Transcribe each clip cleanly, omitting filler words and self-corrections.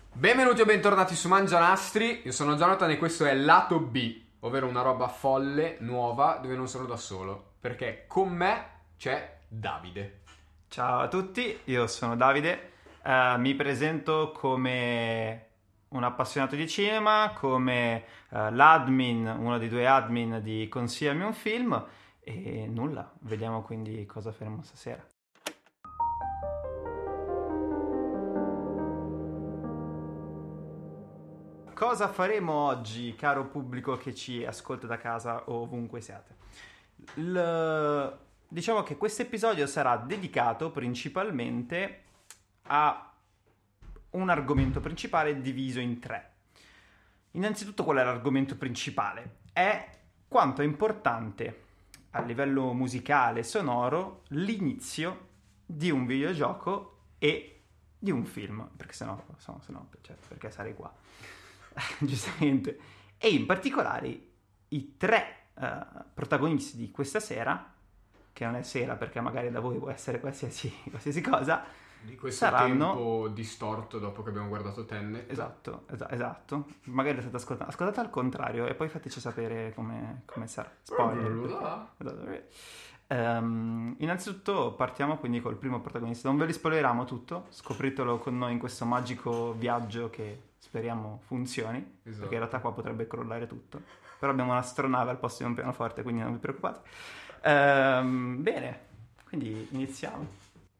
Benvenuti o bentornati su Mangianastri, io sono Jonathan e questo è Lato B, ovvero una roba folle, nuova, dove non sono da solo, perché con me c'è Davide. Ciao a tutti, io sono Davide, mi presento come un appassionato di cinema, come l'admin, uno dei due admin di Consigliami un film e nulla, vediamo quindi cosa faremo stasera. Cosa faremo oggi, caro pubblico che ci ascolta da casa o ovunque siate? Diciamo che questo episodio sarà dedicato principalmente a un argomento principale diviso in tre. Innanzitutto, qual è l'argomento principale? È quanto è importante a livello musicale e sonoro l'inizio di un videogioco e di un film, perché sennò cioè, perché sarei qua? Giustamente. E in particolare i tre protagonisti di questa sera, che non è sera perché magari da voi può essere qualsiasi cosa, Di questo saranno... tempo distorto dopo che abbiamo guardato Tenet. Esatto. Magari lo state ascoltando. Ascoltate al contrario e poi fateci sapere come sarà. Spoiler. Innanzitutto partiamo quindi col primo protagonista. Non ve li spoileriamo tutto, scopritelo con noi in questo magico viaggio che speriamo funzioni, Esatto. perché in realtà qua potrebbe crollare tutto. Però abbiamo un'astronave al posto di un pianoforte, quindi non vi preoccupate. Bene, quindi iniziamo.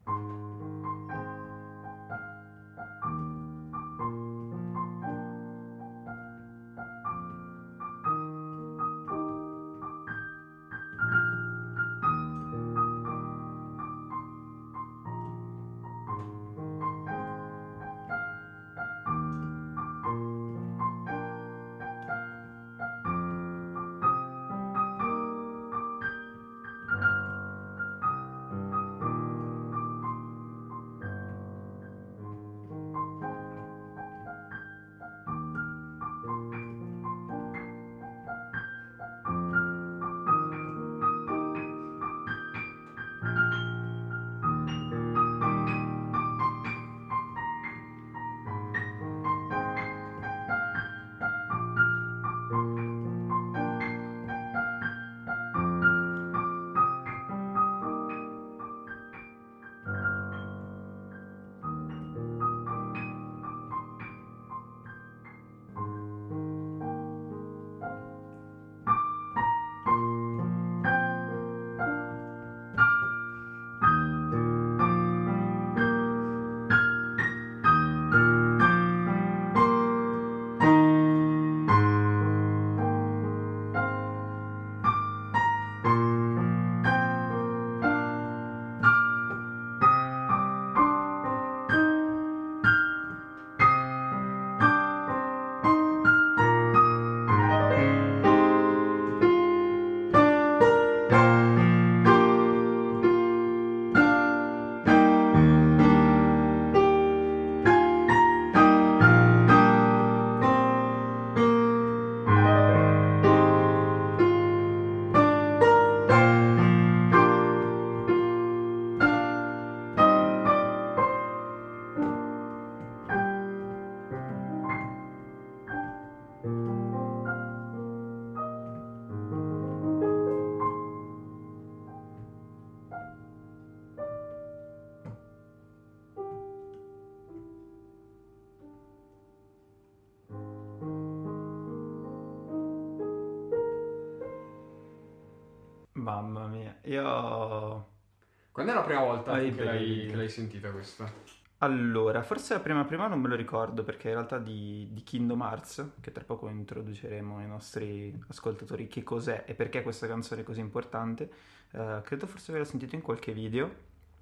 Mamma mia, io... Quando è la prima volta Ai che brividi. l'hai sentita questa? Allora, forse la prima non me lo ricordo perché in realtà di Kingdom Hearts, che tra poco introduceremo ai nostri ascoltatori che cos'è e perché questa canzone è così importante, credo forse averla sentito in qualche video,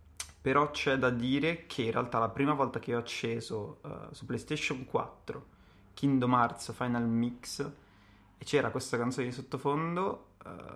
però c'è da dire che in realtà la prima volta che ho acceso su PlayStation 4 Kingdom Hearts Final Mix e c'era questa canzone di sottofondo,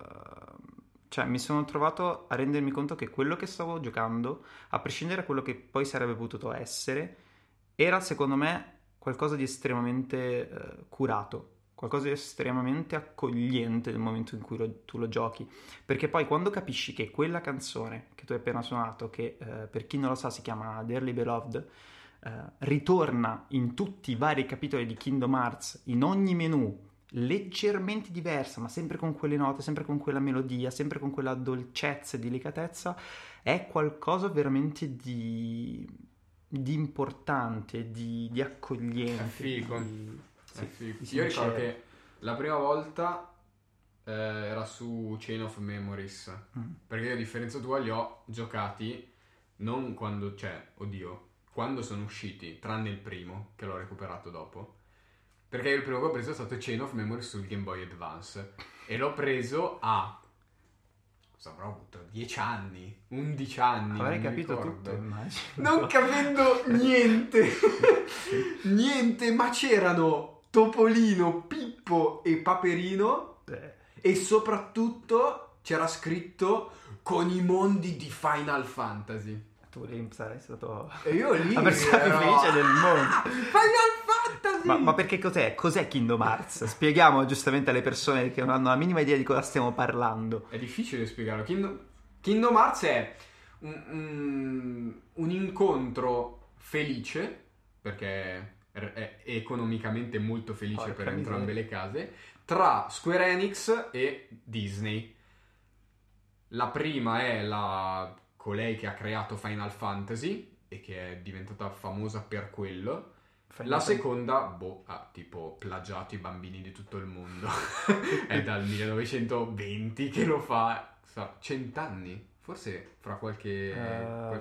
cioè mi sono trovato a rendermi conto che quello che stavo giocando, a prescindere da quello che poi sarebbe potuto essere, era secondo me qualcosa di estremamente curato, qualcosa di estremamente accogliente nel momento in cui tu lo giochi, perché poi quando capisci che quella canzone che tu hai appena suonato, che per chi non lo sa si chiama Dearly Beloved, ritorna in tutti i vari capitoli di Kingdom Hearts, in ogni menu, leggermente diversa, ma sempre con quelle note, sempre con quella melodia, sempre con quella dolcezza e delicatezza, è qualcosa veramente di importante, di accogliente. È figo. Sì, Io ricordo che la prima volta era su Chain of Memories, perché io a differenza tua li ho giocati non quando, quando sono usciti, tranne il primo, che l'ho recuperato dopo. Perché io il primo che ho preso è stato Chain of Memories sul Game Boy Advance. E l'ho preso avrò avuto 10 anni, 11 anni. Avrei capito tutto, immagino. Non capendo niente. Niente, ma c'erano Topolino, Pippo e Paperino. E soprattutto c'era scritto con i mondi di Final Fantasy. Tu lì sarai stato E io lì la persona più felice del mondo. Final Fantasy! Ma perché cos'è? Cos'è Kingdom Hearts? Spieghiamo giustamente alle persone che non hanno la minima idea di cosa stiamo parlando. È difficile spiegarlo. Kingdom Hearts è un incontro felice, perché è economicamente molto felice per entrambe le case, tra Square Enix e Disney. La prima è colei che ha creato Final Fantasy e che è diventata famosa per quello. La seconda, ha tipo plagiato i bambini di tutto il mondo. È dal 1920 che lo fa, 100 anni. Forse fra qualche anno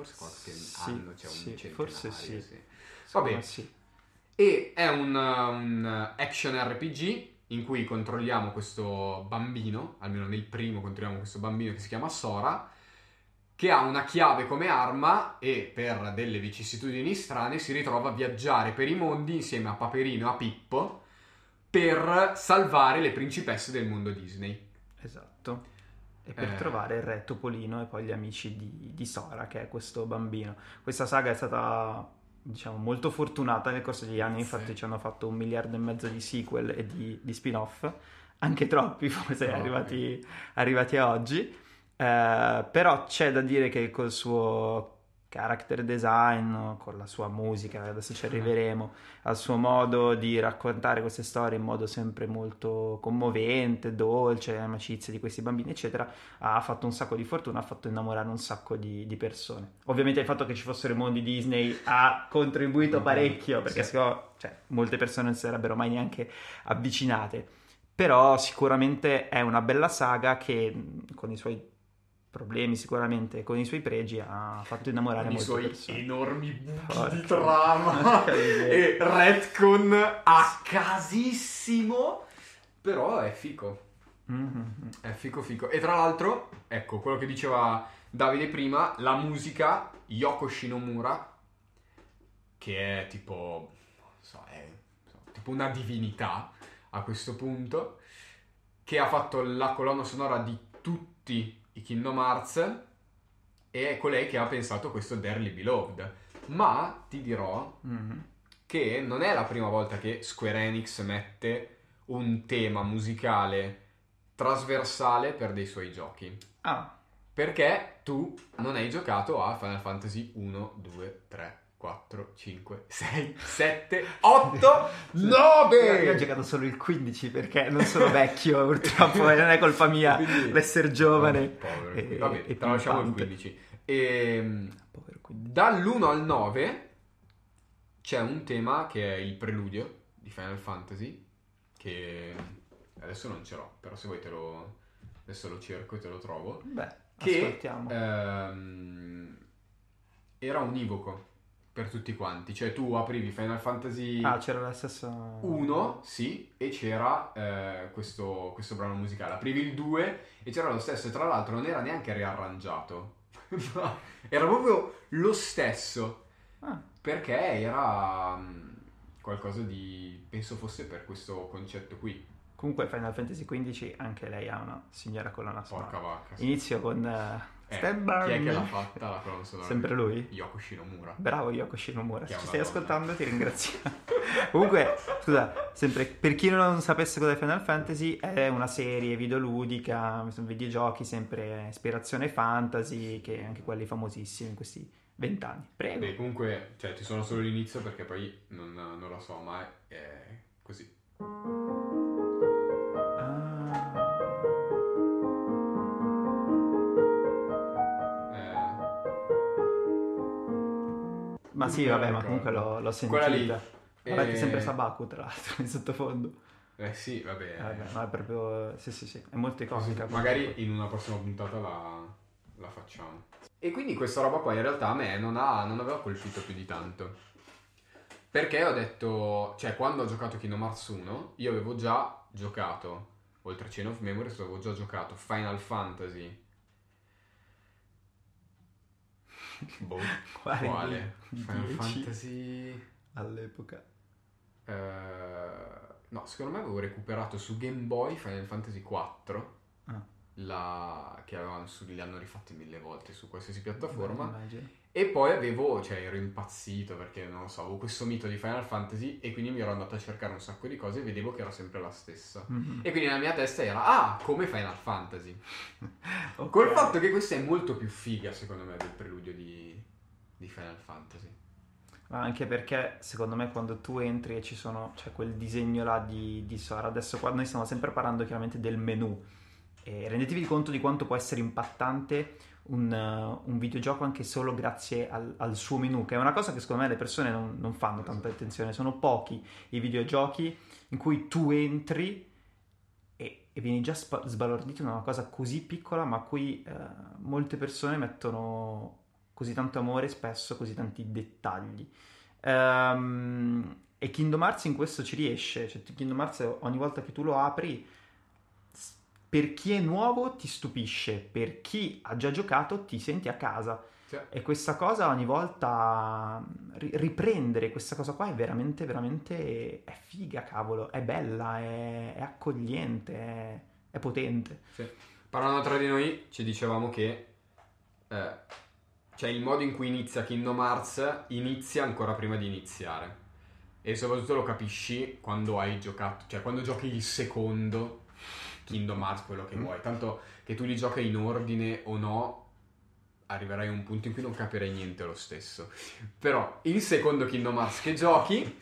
c'è un centenario. Forse sì. Vabbè. Sì. E è un action RPG in cui controlliamo questo bambino, almeno nel primo controlliamo questo bambino che si chiama Sora, che ha una chiave come arma e per delle vicissitudini strane si ritrova a viaggiare per i mondi insieme a Paperino e a Pippo per salvare le principesse del mondo Disney. Esatto. E per trovare il re Topolino e poi gli amici di Sora, che è questo bambino. Questa saga è stata, diciamo, molto fortunata nel corso degli anni, infatti ci hanno fatto 1,5 miliardi di sequel e di spin-off, anche troppi forse arrivati a oggi. Però c'è da dire che col suo character design, con la sua musica, adesso ci arriveremo, al suo modo di raccontare queste storie in modo sempre molto commovente, dolce, amicizia di questi bambini eccetera, ha fatto un sacco di fortuna, ha fatto innamorare un sacco di persone. Ovviamente il fatto che ci fossero i mondi Disney ha contribuito parecchio, perché sennò molte persone non si sarebbero mai neanche avvicinate, però sicuramente è una bella saga che con i suoi problemi, sicuramente con i suoi pregi, ha fatto innamorare molte persone. I suoi enormi buchi di trama e retcon a casissimo, però è fico. È fico. E tra l'altro, ecco, quello che diceva Davide prima, la musica Yoko Shinomura, che è tipo tipo una divinità a questo punto, che ha fatto la colonna sonora di tutti i Kingdom Hearts, e è colei che ha pensato questo Dearly Beloved. Ma ti dirò che non è la prima volta che Square Enix mette un tema musicale trasversale per dei suoi giochi. Perché tu non hai giocato a Final Fantasy 1, 2, 3, 4, 5, 6, 7, 8, 9! Io ho giocato solo il 15 perché non sono vecchio, purtroppo, non è colpa mia l'essere giovane. Vabbè, tralasciamo il 15. Dall'1 al 9 c'è un tema che è il preludio di Final Fantasy, che adesso non ce l'ho, però se vuoi adesso lo cerco e te lo trovo. Ascoltiamo. Era univoco per tutti quanti, cioè tu aprivi Final Fantasy c'era la stessa 1, sì, e c'era questo brano musicale. Aprivi il 2 e c'era lo stesso, e tra l'altro non era neanche riarrangiato. Era proprio lo stesso, perché era qualcosa di, penso fosse per questo concetto qui. Comunque Final Fantasy XV anche lei ha una signora colonna sonora. Porca vacca, sì. Inizio con Stand By chi è Me. che l'ha fatta la colonna sonora? Sempre lui? Yoko Shinomura. Bravo Yoko Shinomura, se ci stai donna. ascoltando ti ringrazio. Comunque, scusa, sempre per chi non sapesse cos'è Final Fantasy, è una serie videoludica, sono videogiochi, sempre ispirazione fantasy, che anche quelli famosissimi in questi 20 anni, prego. Beh, comunque, cioè, ti suono solo l'inizio perché poi non lo so, ma è così. Ma sì, vabbè, ma comunque l'ho sentita. Quella lì. Vabbè, sempre Sabaku, tra l'altro, in sottofondo. Sì, vabbè. Vabbè, no, è proprio... Sì, è molto iconica. Magari in una prossima puntata la facciamo. E quindi questa roba qua in realtà a me non aveva colpito più di tanto. Perché ho detto... Cioè, quando ho giocato Kingdom Hearts 1, io avevo già giocato, oltre a Chain of Memories, avevo già giocato Final Fantasy. Boh, quale? Final 10 Fantasy... all'epoca. No, secondo me avevo recuperato su Game Boy Final Fantasy 4, che li hanno rifatti 1000 volte su qualsiasi piattaforma. Immagino. E poi ero impazzito perché, non lo so, avevo questo mito di Final Fantasy e quindi mi ero andato a cercare un sacco di cose e vedevo che era sempre la stessa. Mm-hmm. E quindi nella mia testa era, come Final Fantasy. Okay. Col fatto che questa è molto più figa, secondo me, del preludio di Final Fantasy. Ma anche perché, secondo me, quando tu entri e c'è quel disegno là di Sora, adesso qua noi stiamo sempre parlando chiaramente del menu, e rendetevi conto di quanto può essere impattante un videogioco anche solo grazie al suo menu, che è una cosa che secondo me le persone non fanno tanta attenzione. Sono pochi i videogiochi in cui tu entri e vieni già sbalordito in una cosa così piccola, ma a cui molte persone mettono così tanto amore, spesso così tanti dettagli. E Kingdom Hearts in questo ci riesce. Cioè, Kingdom Hearts ogni volta che tu lo apri, per chi è nuovo ti stupisce, per chi ha già giocato ti senti a casa. Sì. E questa cosa ogni volta, riprendere questa cosa qua è veramente, veramente, è figa, cavolo, è bella, è accogliente, è potente. Sì. Parlando tra di noi, ci dicevamo che cioè il modo in cui inizia Kingdom Hearts inizia ancora prima di iniziare, e soprattutto lo capisci quando hai giocato, cioè quando giochi il secondo Kingdom Hearts, quello che vuoi, tanto che tu li giochi in ordine o no, arriverai a un punto in cui non capirai niente lo stesso. Però il secondo Kingdom Hearts che giochi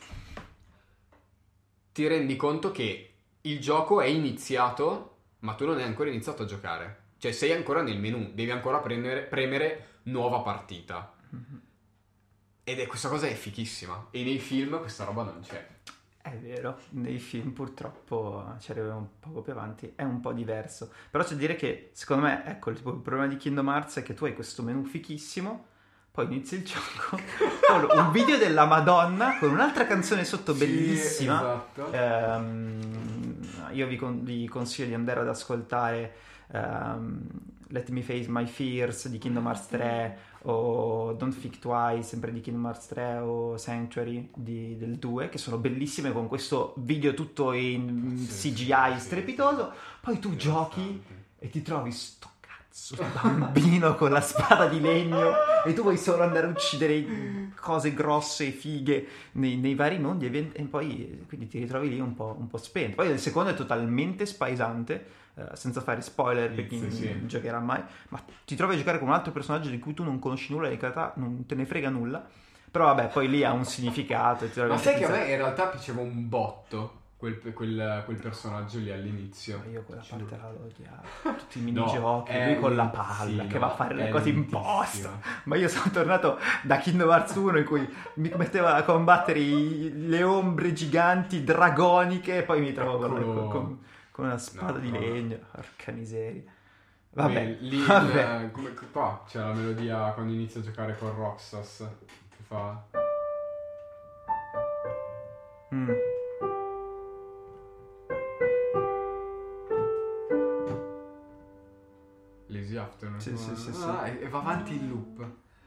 ti rendi conto che il gioco è iniziato, ma tu non hai ancora iniziato a giocare. Cioè sei ancora nel menu, devi ancora premere nuova partita. Ed questa cosa è fichissima. E nei film questa roba non c'è. È vero, nei film purtroppo ci arriviamo un poco più avanti, è un po' diverso. Però c'è da dire che secondo me, ecco, il problema di Kingdom Hearts è che tu hai questo menu fichissimo, poi inizi il gioco, un video della Madonna con un'altra canzone sotto bellissima. Sì, esatto. Io vi consiglio di andare ad ascoltare Let Me Face My Fears di Kingdom Hearts 3, o Don't Think Twice sempre di Kingdom Hearts 3, o Sanctuary del 2, che sono bellissime con questo video tutto in CGI strepitoso. Poi tu giochi e ti trovi sto cazzo di bambino con la spada di legno e tu vuoi solo andare a uccidere cose grosse e fighe nei vari mondi, e poi quindi ti ritrovi lì un po' spento. Poi il secondo è totalmente spaesante, senza fare spoiler per chi non giocherà mai, ma ti trovi a giocare con un altro personaggio di cui tu non conosci nulla, in realtà non te ne frega nulla, però vabbè, poi lì ha un significato. Ma sai che a me in realtà piaceva un botto quel personaggio lì all'inizio. Io quella parte l'ho odiata, tutti i minigiochi, lui con la palla che va a fare le cose in posta. Ma io sono tornato da Kingdom Hearts 1 in cui mi metteva a combattere le ombre giganti dragoniche e poi mi trovo con una spada di legno, porca miseria. Vabbè, lì qua c'è la melodia quando inizia a giocare con Roxas che fa Lazy Afternoon. Sì. E va avanti in loop.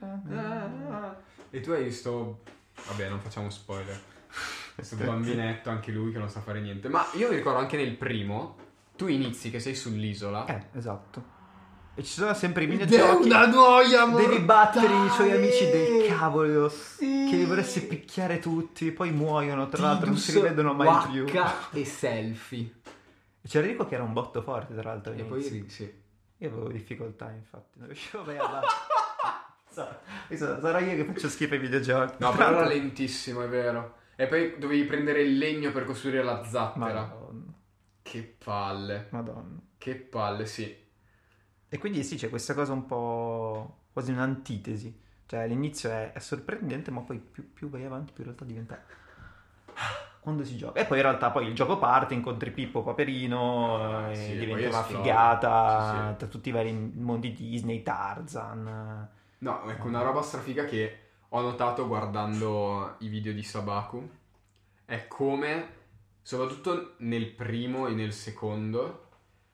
E tu hai visto, vabbè, non facciamo spoiler, questo bambinetto, anche lui che non sa fare niente. Ma io mi ricordo anche nel primo, tu inizi che sei sull'isola. Esatto. E ci sono sempre i minigiochi. È una noia, amore. Devi battere i suoi amici del cavolo, che li vorresti picchiare tutti, poi muoiono, tra l'altro non si rivedono mai più. E selfie. E c'era Rico che era un botto forte, tra l'altro. E poi sì. Io avevo difficoltà, infatti, non riuscivo a Sarò io che faccio schifo ai videogiochi. No, però era lentissimo, è vero. E poi dovevi prendere il legno per costruire la zattera. Madonna. Che palle. Madonna. Che palle, sì. E quindi sì, c'è questa cosa un po' quasi un'antitesi. Cioè all'inizio è sorprendente, ma poi più vai avanti, più in realtà diventa... Quando si gioca. E poi in realtà poi il gioco parte, incontri Pippo Paperino, e sì, diventa poi una esplode. figata, Sì. tra tutti i vari mondi Disney, Tarzan. No, ecco, una roba strafiga che ho notato guardando i video di Sabaku è come, soprattutto nel primo e nel secondo,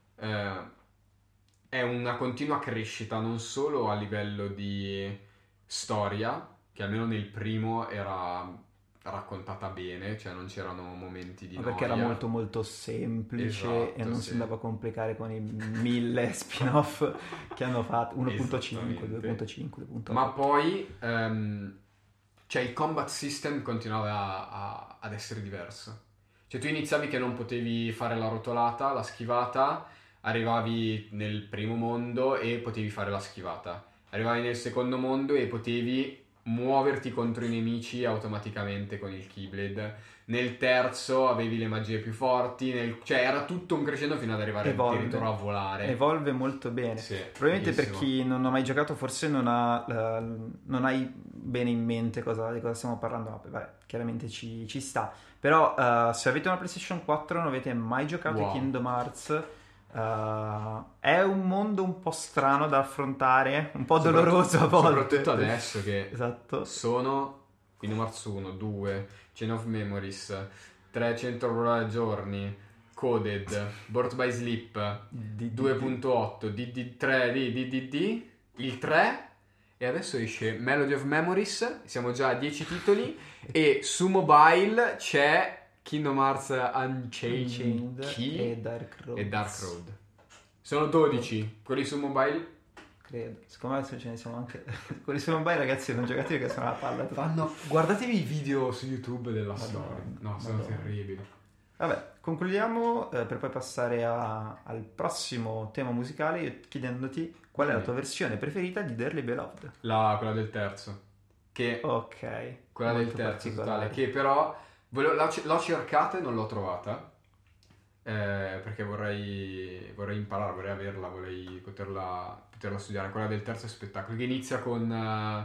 è una continua crescita, non solo a livello di storia, che almeno nel primo era raccontata bene, cioè non c'erano momenti di Ma noia. perché era molto molto semplice e Esatto, non sì. si andava a complicare con i 1000 spin-off che hanno fatto 1.5, Esattamente. 2.5, 2.8. Ma poi cioè il combat system continuava ad essere diverso. Cioè tu iniziavi che non potevi fare la rotolata, la schivata, arrivavi nel primo mondo e potevi fare la schivata. Arrivavi nel secondo mondo e potevi muoverti contro i nemici automaticamente con il Keyblade. Nel terzo avevi le magie più forti, cioè era tutto un crescendo fino ad arrivare addirittura a volare. Evolve molto bene. Sì, Probabilmente bellissimo. per chi non ha mai giocato forse non hai bene in mente di cosa stiamo parlando, ma vabbè, chiaramente ci sta. Però se avete una PlayStation 4 e non avete mai giocato a Kingdom Hearts, è un mondo un po' strano da affrontare, un po' doloroso a volte. Soprattutto adesso che esatto. sono Kingdom Hearts 1, 2, Chain of Memories, 300 Journey, Coded, Birth by Sleep, 2.8, DD3, DDD, il 3 e adesso esce Melody of Memories, siamo già a 10 titoli e su mobile c'è Kingdom Hearts Unchained Key e Dark Road. Sono 12, quelli su mobile credo. Secondo me ce ne siamo anche. Quelli su mobile, ragazzi, non giocate perché sono la palla. Guardatevi i video su YouTube della storia. No, sono terribili. Vabbè, concludiamo per poi passare al prossimo tema musicale, io chiedendoti qual è la tua versione preferita di Dearly Beloved. Quella del terzo. Che Ok. quella del terzo totale. Che però l'ho cercata e non l'ho trovata. Perché vorrei imparare, vorrei averla, vorrei poterla studiare. Quella del terzo spettacolo che inizia con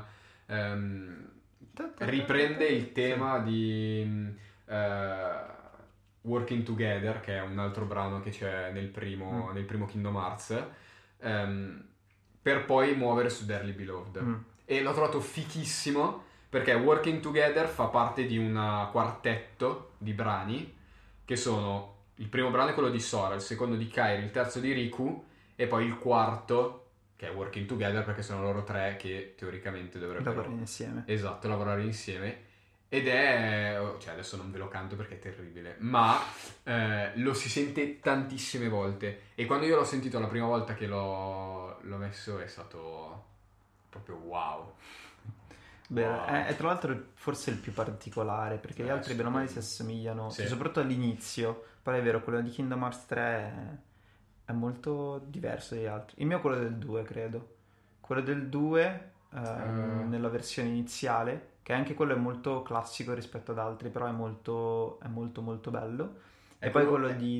riprende il tema di Working Together, che è un altro brano che c'è nel primo Kingdom Hearts, per poi muovere su Dearly Beloved. E l'ho trovato fichissimo perché Working Together fa parte di un quartetto di brani che sono: il primo brano è quello di Sora, il secondo di Kairi, il terzo di Riku e poi il quarto che è Working Together, perché sono loro tre che teoricamente dovrebbero lavorare insieme. Esatto, lavorare insieme. Ed è, cioè adesso non ve lo canto perché è terribile, ma lo si sente tantissime volte. E quando io l'ho sentito la prima volta che l'ho messo è stato proprio wow. Beh, è tra l'altro forse il più particolare, perché gli altri bene o male si assomigliano, sì. soprattutto all'inizio. Però è vero, quello di Kingdom Hearts 3 è molto diverso dagli altri. Il mio è quello del 2, credo. Quello del 2, nella versione iniziale, che anche quello è molto classico rispetto ad altri, però è molto molto bello. E poi quello di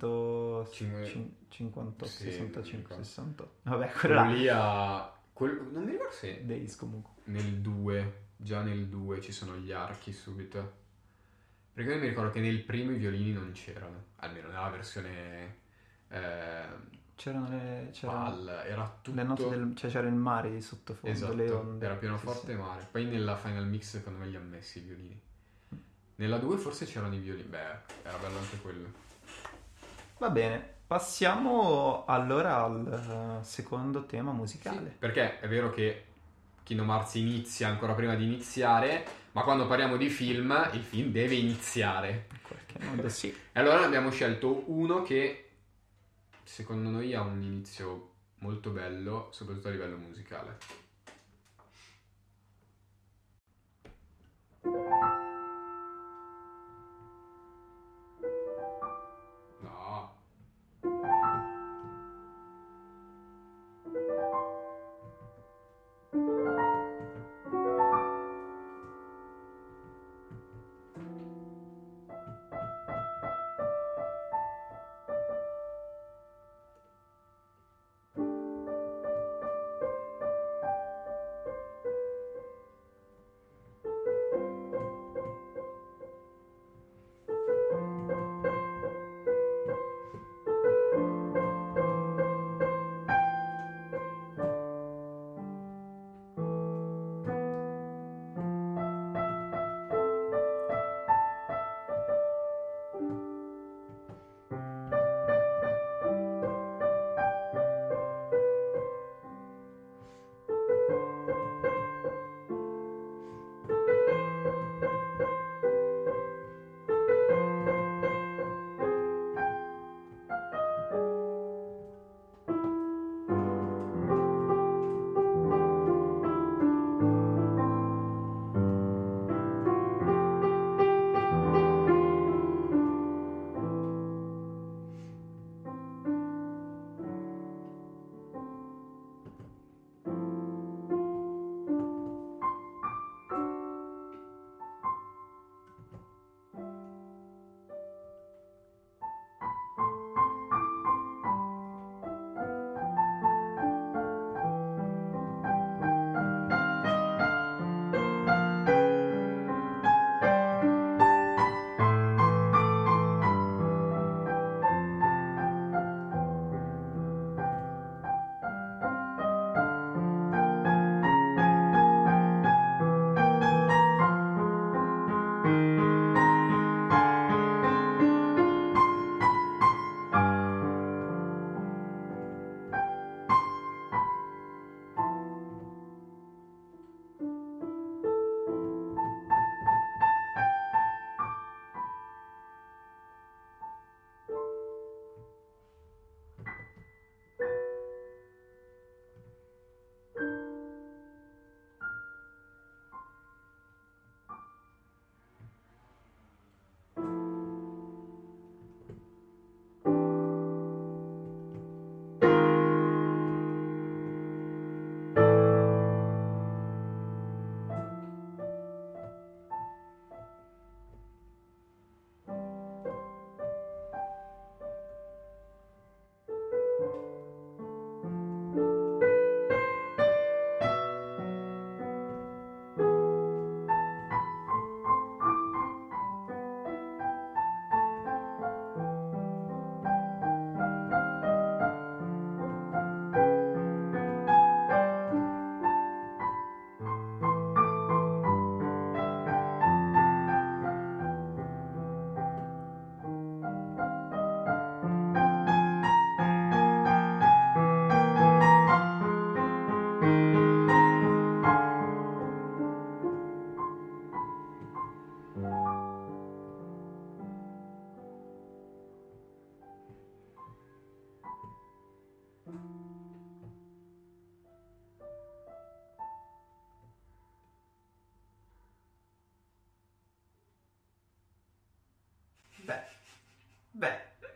358, sì, 65, 68. Vabbè, quello lì ha... non mi ricordo se... Days comunque. Nel 2, già nel 2 ci sono gli archi subito. Perché io mi ricordo che nel primo i violini non c'erano, almeno nella versione c'erano PAL, era tutto... le note cioè c'era il mare di sottofondo, esatto, le onde. era pianoforte e mare. Poi nella Final Mix secondo me li hanno messi i violini. Nella 2 forse c'erano i violini, beh, era bello anche quello. Va bene, passiamo allora al secondo tema musicale. Sì, perché è vero che Kingdom Hearts inizia ancora prima di iniziare, ma quando parliamo di film, il film deve iniziare. In qualche modo sì. E allora ne abbiamo scelto uno che secondo noi ha un inizio molto bello, soprattutto a livello musicale. No.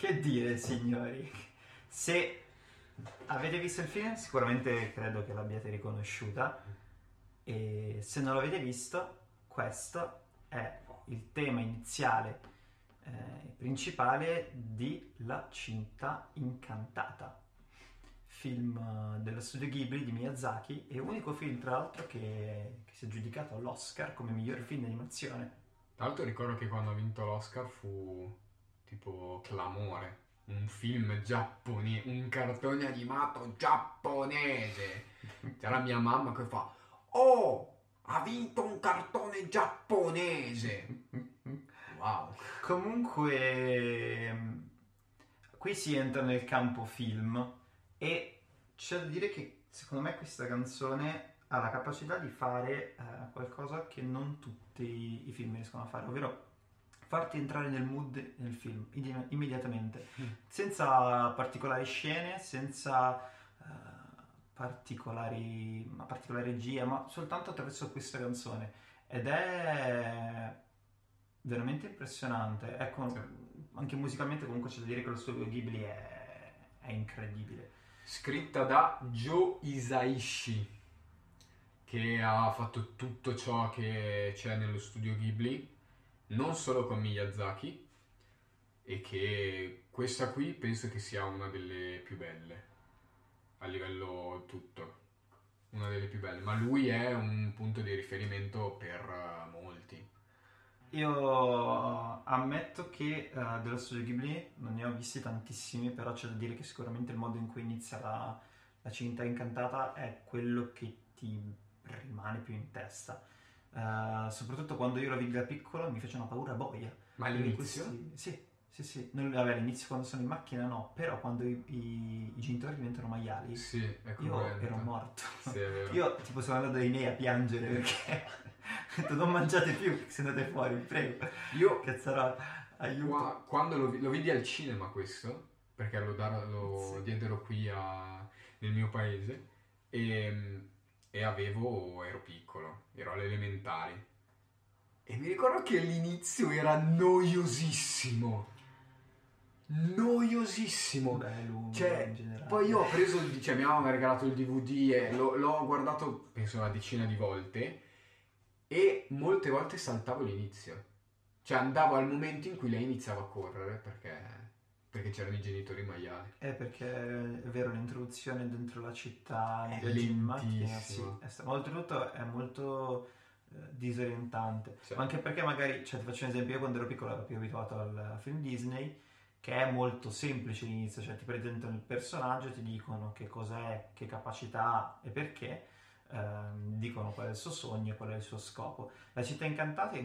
Che dire, signori? Se avete visto il film, sicuramente credo che l'abbiate riconosciuta. E se non l'avete visto, questo è il tema iniziale principale di La Città Incantata, film dello studio Ghibli di Miyazaki e unico film tra l'altro che si è giudicato all'Oscar come miglior film di animazione. Tra l'altro ricordo che quando ha vinto l'Oscar fu tipo clamore, un film giapponese, un cartone animato giapponese. C'era mia mamma che fa: "Oh, ha vinto un cartone giapponese!" Wow. Comunque, qui si entra nel campo film e c'è da dire che secondo me questa canzone ha la capacità di fare qualcosa che non tutti i film riescono a fare, ovvero farti entrare nel mood nel film immediatamente, senza particolari scene, senza particolari regia, ma soltanto attraverso questa canzone. Ed è veramente impressionante. Ecco, Sì. Anche musicalmente comunque c'è da dire che lo studio Ghibli è incredibile. Scritta da Joe Hisaishi, che ha fatto tutto ciò che c'è nello studio Ghibli, non solo con Miyazaki, e che questa qui penso che sia una delle più belle, a livello tutto, una delle più belle, ma lui è un punto di riferimento per molti. Io ammetto che dello studio Ghibli non ne ho visti tantissimi, però c'è da dire che sicuramente il modo in cui inizia la Città Incantata è quello che ti rimane più in testa. Soprattutto quando io la vidi da piccolo mi fece una paura boia. Ma all'inizio? Sì. Vabbè, all'inizio quando sono in macchina no, però quando i genitori diventano maiali, Sì, ecco, io ero morto. Sì, è vero. Io tipo sono andato dai miei a piangere perché ho detto non mangiate più se andate fuori, vi prego. Io Cazzarola, aiuto. quando lo vidi al cinema questo, perché lo Sì. diedero qui nel mio paese, e ero piccolo, ero alle elementari. E mi ricordo che all'inizio era noiosissimo. Noiosissimo. Beh, lungo Cioè, in generale. poi io ho preso cioè mia mamma mi ha regalato il DVD e l'ho guardato penso una decina di volte e molte volte saltavo l'inizio. Cioè andavo al momento in cui lei iniziava a correre perché c'erano i genitori maiali. Perché è vero, l'introduzione dentro la città, È il viaggio in macchina, lentissimo. sì. Ma oltretutto è molto disorientante. Sì. Ma anche perché magari, cioè ti faccio un esempio, io quando ero piccolo ero più abituato al film Disney, che è molto semplice all'inizio, cioè ti presentano il personaggio, ti dicono che cos'è, che capacità ha e perché, dicono qual è il suo sogno e qual è il suo scopo. La città incantata è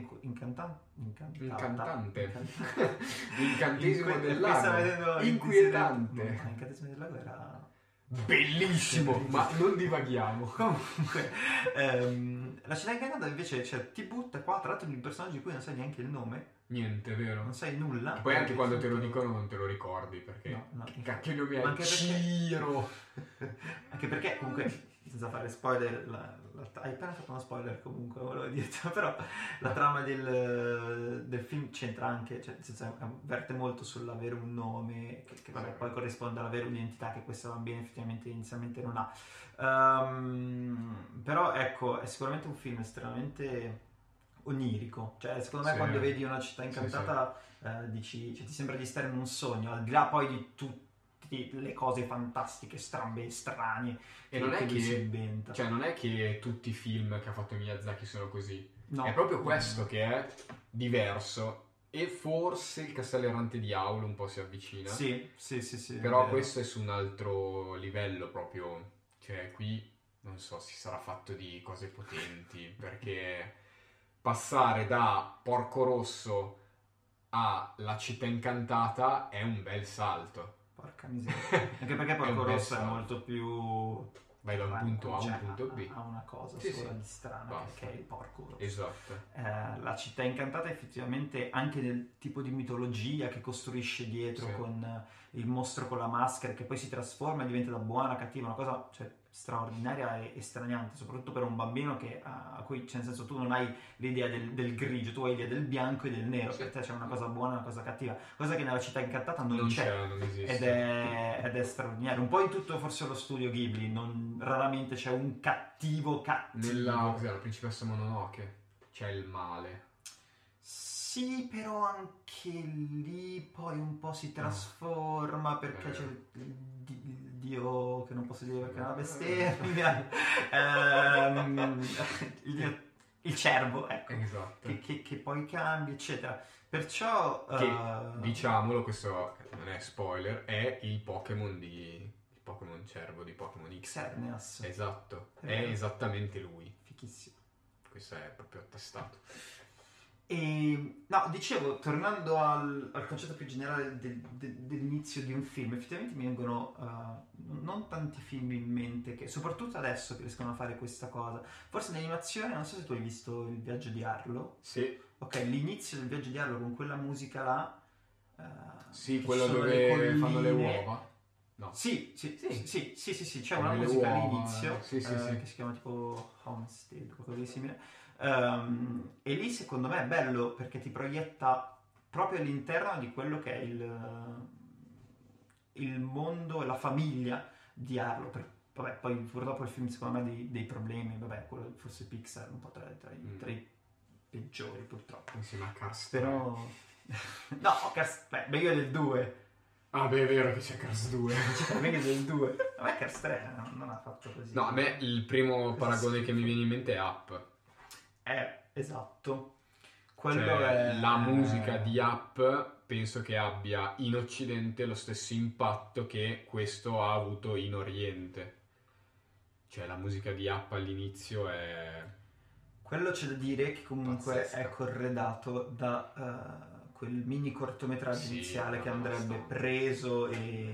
Incantante. L'incantesimo Qui del sta lago. vedendo Inquietante. L'incantesimo del lago era Bellissimo, ma non divaghiamo. comunque la città incantata invece cioè, ti butta qua, tra l'altro di un personaggio di cui non sai neanche il nome, Niente, vero? non sai nulla. Poi anche perché quando te lo tutto- dicono non te lo ricordi perché No, che cacchio nome ma è? anche perché- Ciro. Anche perché comunque senza fare spoiler hai appena fatto uno spoiler comunque volevo dirti, però la trama del film c'entra anche, cioè nel senso verte molto sull'avere un nome che vabbè, poi corrisponde all'avere un'identità che questo bambino effettivamente inizialmente non ha. Però ecco, è sicuramente un film estremamente onirico, cioè secondo me Sì. quando vedi una città incantata dici, cioè, ti sembra di stare in un sogno, al di là poi di tutte le cose fantastiche, strambe e strane E non è lui si che inventa. cioè non è che tutti i film che ha fatto Miyazaki sono così. No. È proprio questo che è diverso. E forse il Castello Errante di Aulo un po' si avvicina. Sì. Però è vero. questo è su un altro livello proprio. Cioè qui non so, si sarà fatto di cose potenti. Perché passare da Porco Rosso a La Città Incantata è un bel salto. Porca miseria. Anche perché È un Porco bel Rosso è salto. molto più... Vai da un punto A a cioè, un punto B. ha una cosa Sì, sola sì. di strana Basta. che è il Porco Rosso. Esatto. La città incantata effettivamente anche nel tipo di mitologia che costruisce dietro Sì. con il mostro con la maschera che poi si trasforma e diventa da buona cattiva, una cosa cioè, straordinaria e straniante, soprattutto per un bambino a cui, cioè, nel senso, tu non hai l'idea del grigio, tu hai l'idea del bianco e del nero, per te c'è una cosa buona e una cosa cattiva, cosa che nella Città Incantata non c'è, non esiste. ed è straordinario. Un po' in tutto forse lo studio Ghibli, raramente c'è un cattivo. La Principessa Mononoke c'è il male. Sì, però anche lì poi un po' si trasforma perché c'è il dio che non posso dire perché è una bestemmia, il cervo, ecco, esatto. che poi cambia, eccetera. Perciò diciamolo, questo non è spoiler, è il Pokémon cervo di Pokémon X. Xerneas. Esatto, è esattamente lui. Fichissimo. Questo è proprio attestato. E, no, dicevo, tornando al concetto più generale dell'inizio di un film, effettivamente mi vengono non tanti film in mente che, soprattutto adesso, che riescono a fare questa cosa. Forse l'animazione, non so se tu hai visto Il viaggio di Arlo. Sì. Ok, l'inizio del viaggio di Arlo con quella musica là. Sì, quello dove fanno le uova. No. Sì, c'è una musica all'inizio che si chiama tipo Homestead, qualcosa di simile. E lì secondo me è bello perché ti proietta proprio all'interno di quello che è il mondo e la famiglia di Arlo. Vabbè, poi purtroppo il film secondo me ha dei problemi, vabbè, quello forse Pixar un po' tra i peggiori purtroppo. Insieme a Cars 3. Però no, Cars, beh, io del 2. Ah beh, è vero che c'è Cars 2. C'è meglio del 2. A me Cars 3 non ha fatto così. No, a me il primo paragone che mi viene in mente è Up. Esatto. Quello cioè, è... la musica di Up penso che abbia in Occidente lo stesso impatto che questo ha avuto in Oriente. Cioè, la musica di Up all'inizio è... Quello c'è da dire che comunque pazzesca. è corredato da quel mini cortometraggio iniziale che andrebbe preso e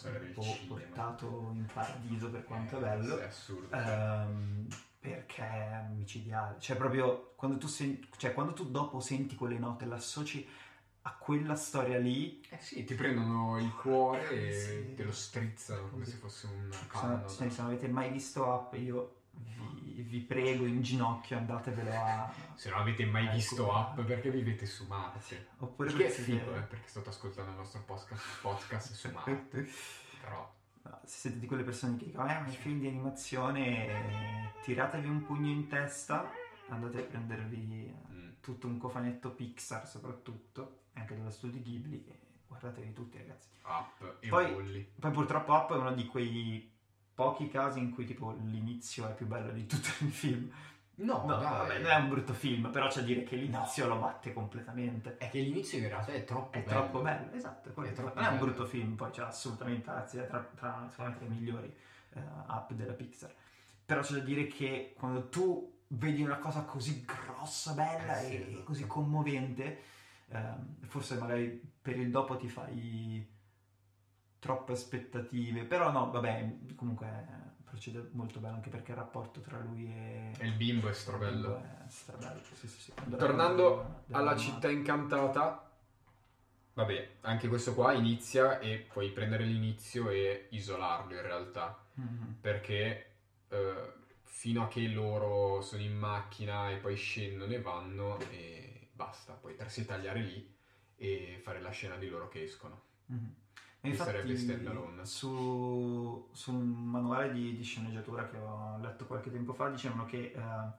portato in paradiso per quanto è bello. È assurdo. Perché è micidiale. Cioè proprio quando tu dopo senti quelle note, l'associ a quella storia lì. Sì, ti prendono il cuore e te lo strizzano come se fosse un canno. Se non avete mai visto Up, io vi prego in ginocchio, andatevelo a... Se non avete mai visto Up, perché vivete su Marte? Oppure che è figo, perché state ascoltando il nostro podcast su Marte. Però... No, se siete di quelle persone che dicono ma i film di animazione, tiratevi un pugno in testa, andate a prendervi tutto un cofanetto Pixar soprattutto, anche dello studio Ghibli, e guardatevi tutti, ragazzi. Up e poi purtroppo Up è uno di quei pochi casi in cui tipo l'inizio è più bello di tutto il film. No, vabbè, non è un brutto film, però c'è da dire che l'inizio lo batte completamente. È che l'inizio in realtà è troppo bello. È troppo bello, esatto. Non è un brutto film, poi c'è assolutamente, anzi, è tra i migliori Up della Pixar. Però c'è da dire che quando tu vedi una cosa così grossa, bella e così commovente, forse magari per il dopo ti fai troppe aspettative, però no, vabbè, comunque procede molto bene anche perché il rapporto tra lui e il bimbo è strabello. Sì. Tornando alla Città Incantata, vabbè, anche questo qua inizia e puoi prendere l'inizio e isolarlo in realtà, perché fino a che loro sono in macchina e poi scendono e vanno e basta, puoi trassi tagliare lì e fare la scena di loro che escono. Infatti su un manuale di sceneggiatura che ho letto qualche tempo fa dicevano che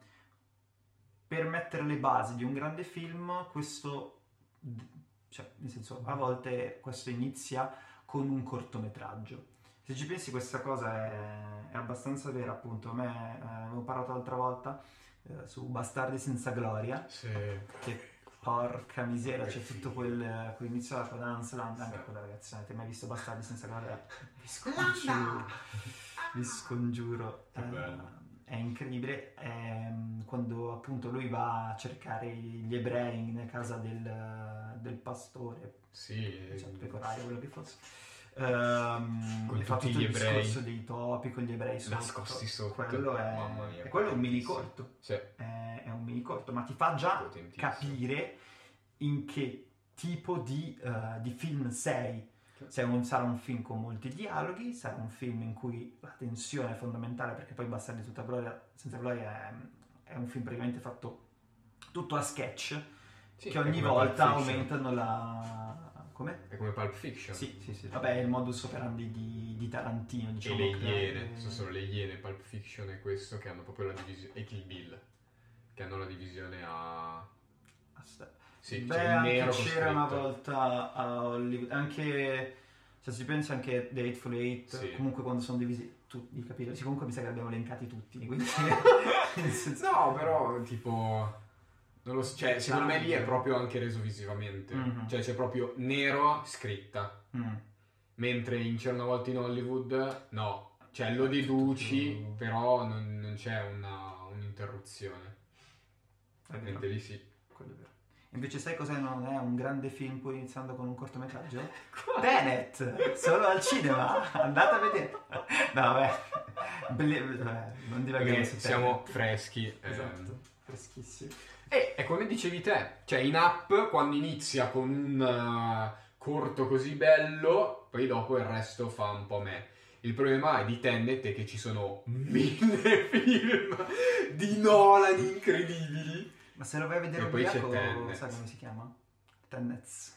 per mettere le basi di un grande film questo, cioè nel senso a volte questo inizia con un cortometraggio. Se ci pensi questa cosa è abbastanza vera, appunto. A me avevo parlato l'altra volta su Bastardi senza gloria, che porca misera, c'è tutto quell'inizio della Codansland, anche quella ragazza, avete mai visto Bastardi senza gloria? Vi scongiuro, è incredibile, quando appunto lui va a cercare gli ebrei nella casa del pastore, pecoraio, quello che fosse, con tutti tutto gli il ebrei, discorso dei topi con gli ebrei nascosti sotto, quello è un mini corto, è un mini corto, ma ti fa già capire in che tipo di film sei, Sarà un film con molti dialoghi, sarà un film in cui la tensione è fondamentale, perché poi Bastardi senza gloria è un film praticamente fatto tutto a sketch, Sì, che è ogni come volta Pulp Fiction. aumentano la... Come? È come Pulp Fiction. Sì. Vabbè, è il modus operandi di Tarantino, E diciamo. le Iene, sono solo le Iene, Pulp Fiction e questo che hanno proprio la divisione, e Kill Bill, che hanno la divisione a... Sì, Beh, c'è il anche nero c'era una costretto. volta a Hollywood, anche se si pensa anche The Hateful Eight, Sì. comunque quando sono divisi tutti i capitoli, sì, comunque mi sa che li abbiamo elencati tutti, quindi... nel senso- No, però tipo... Non lo so, cioè, secondo me lì è proprio anche reso visivamente. Mhm. Cioè, c'è proprio nero scritta. Mm. Mentre in C'era una volta in Hollywood, no. Cioè, lo deduci, Tutto- però non c'è un'interruzione. È vero, Mentre lì sì. quello è vero. Invece sai cos'è non è un grande film pur iniziando con un cortometraggio? Tenet! Solo al cinema! Andate a vedere! No, vabbè. Vabbè, non divaghiamo Perché su siamo Tenet. freschi. Esatto, freschissimo. E è come dicevi te, cioè in app quando inizia con un corto così bello, poi dopo il resto fa un po' me. Il problema di Tenet è che ci sono 1000 film di Nolan incredibili. Ma se lo vai a vedere E poi c'è ubriaco, Tenet. sai come si chiama? Tenets.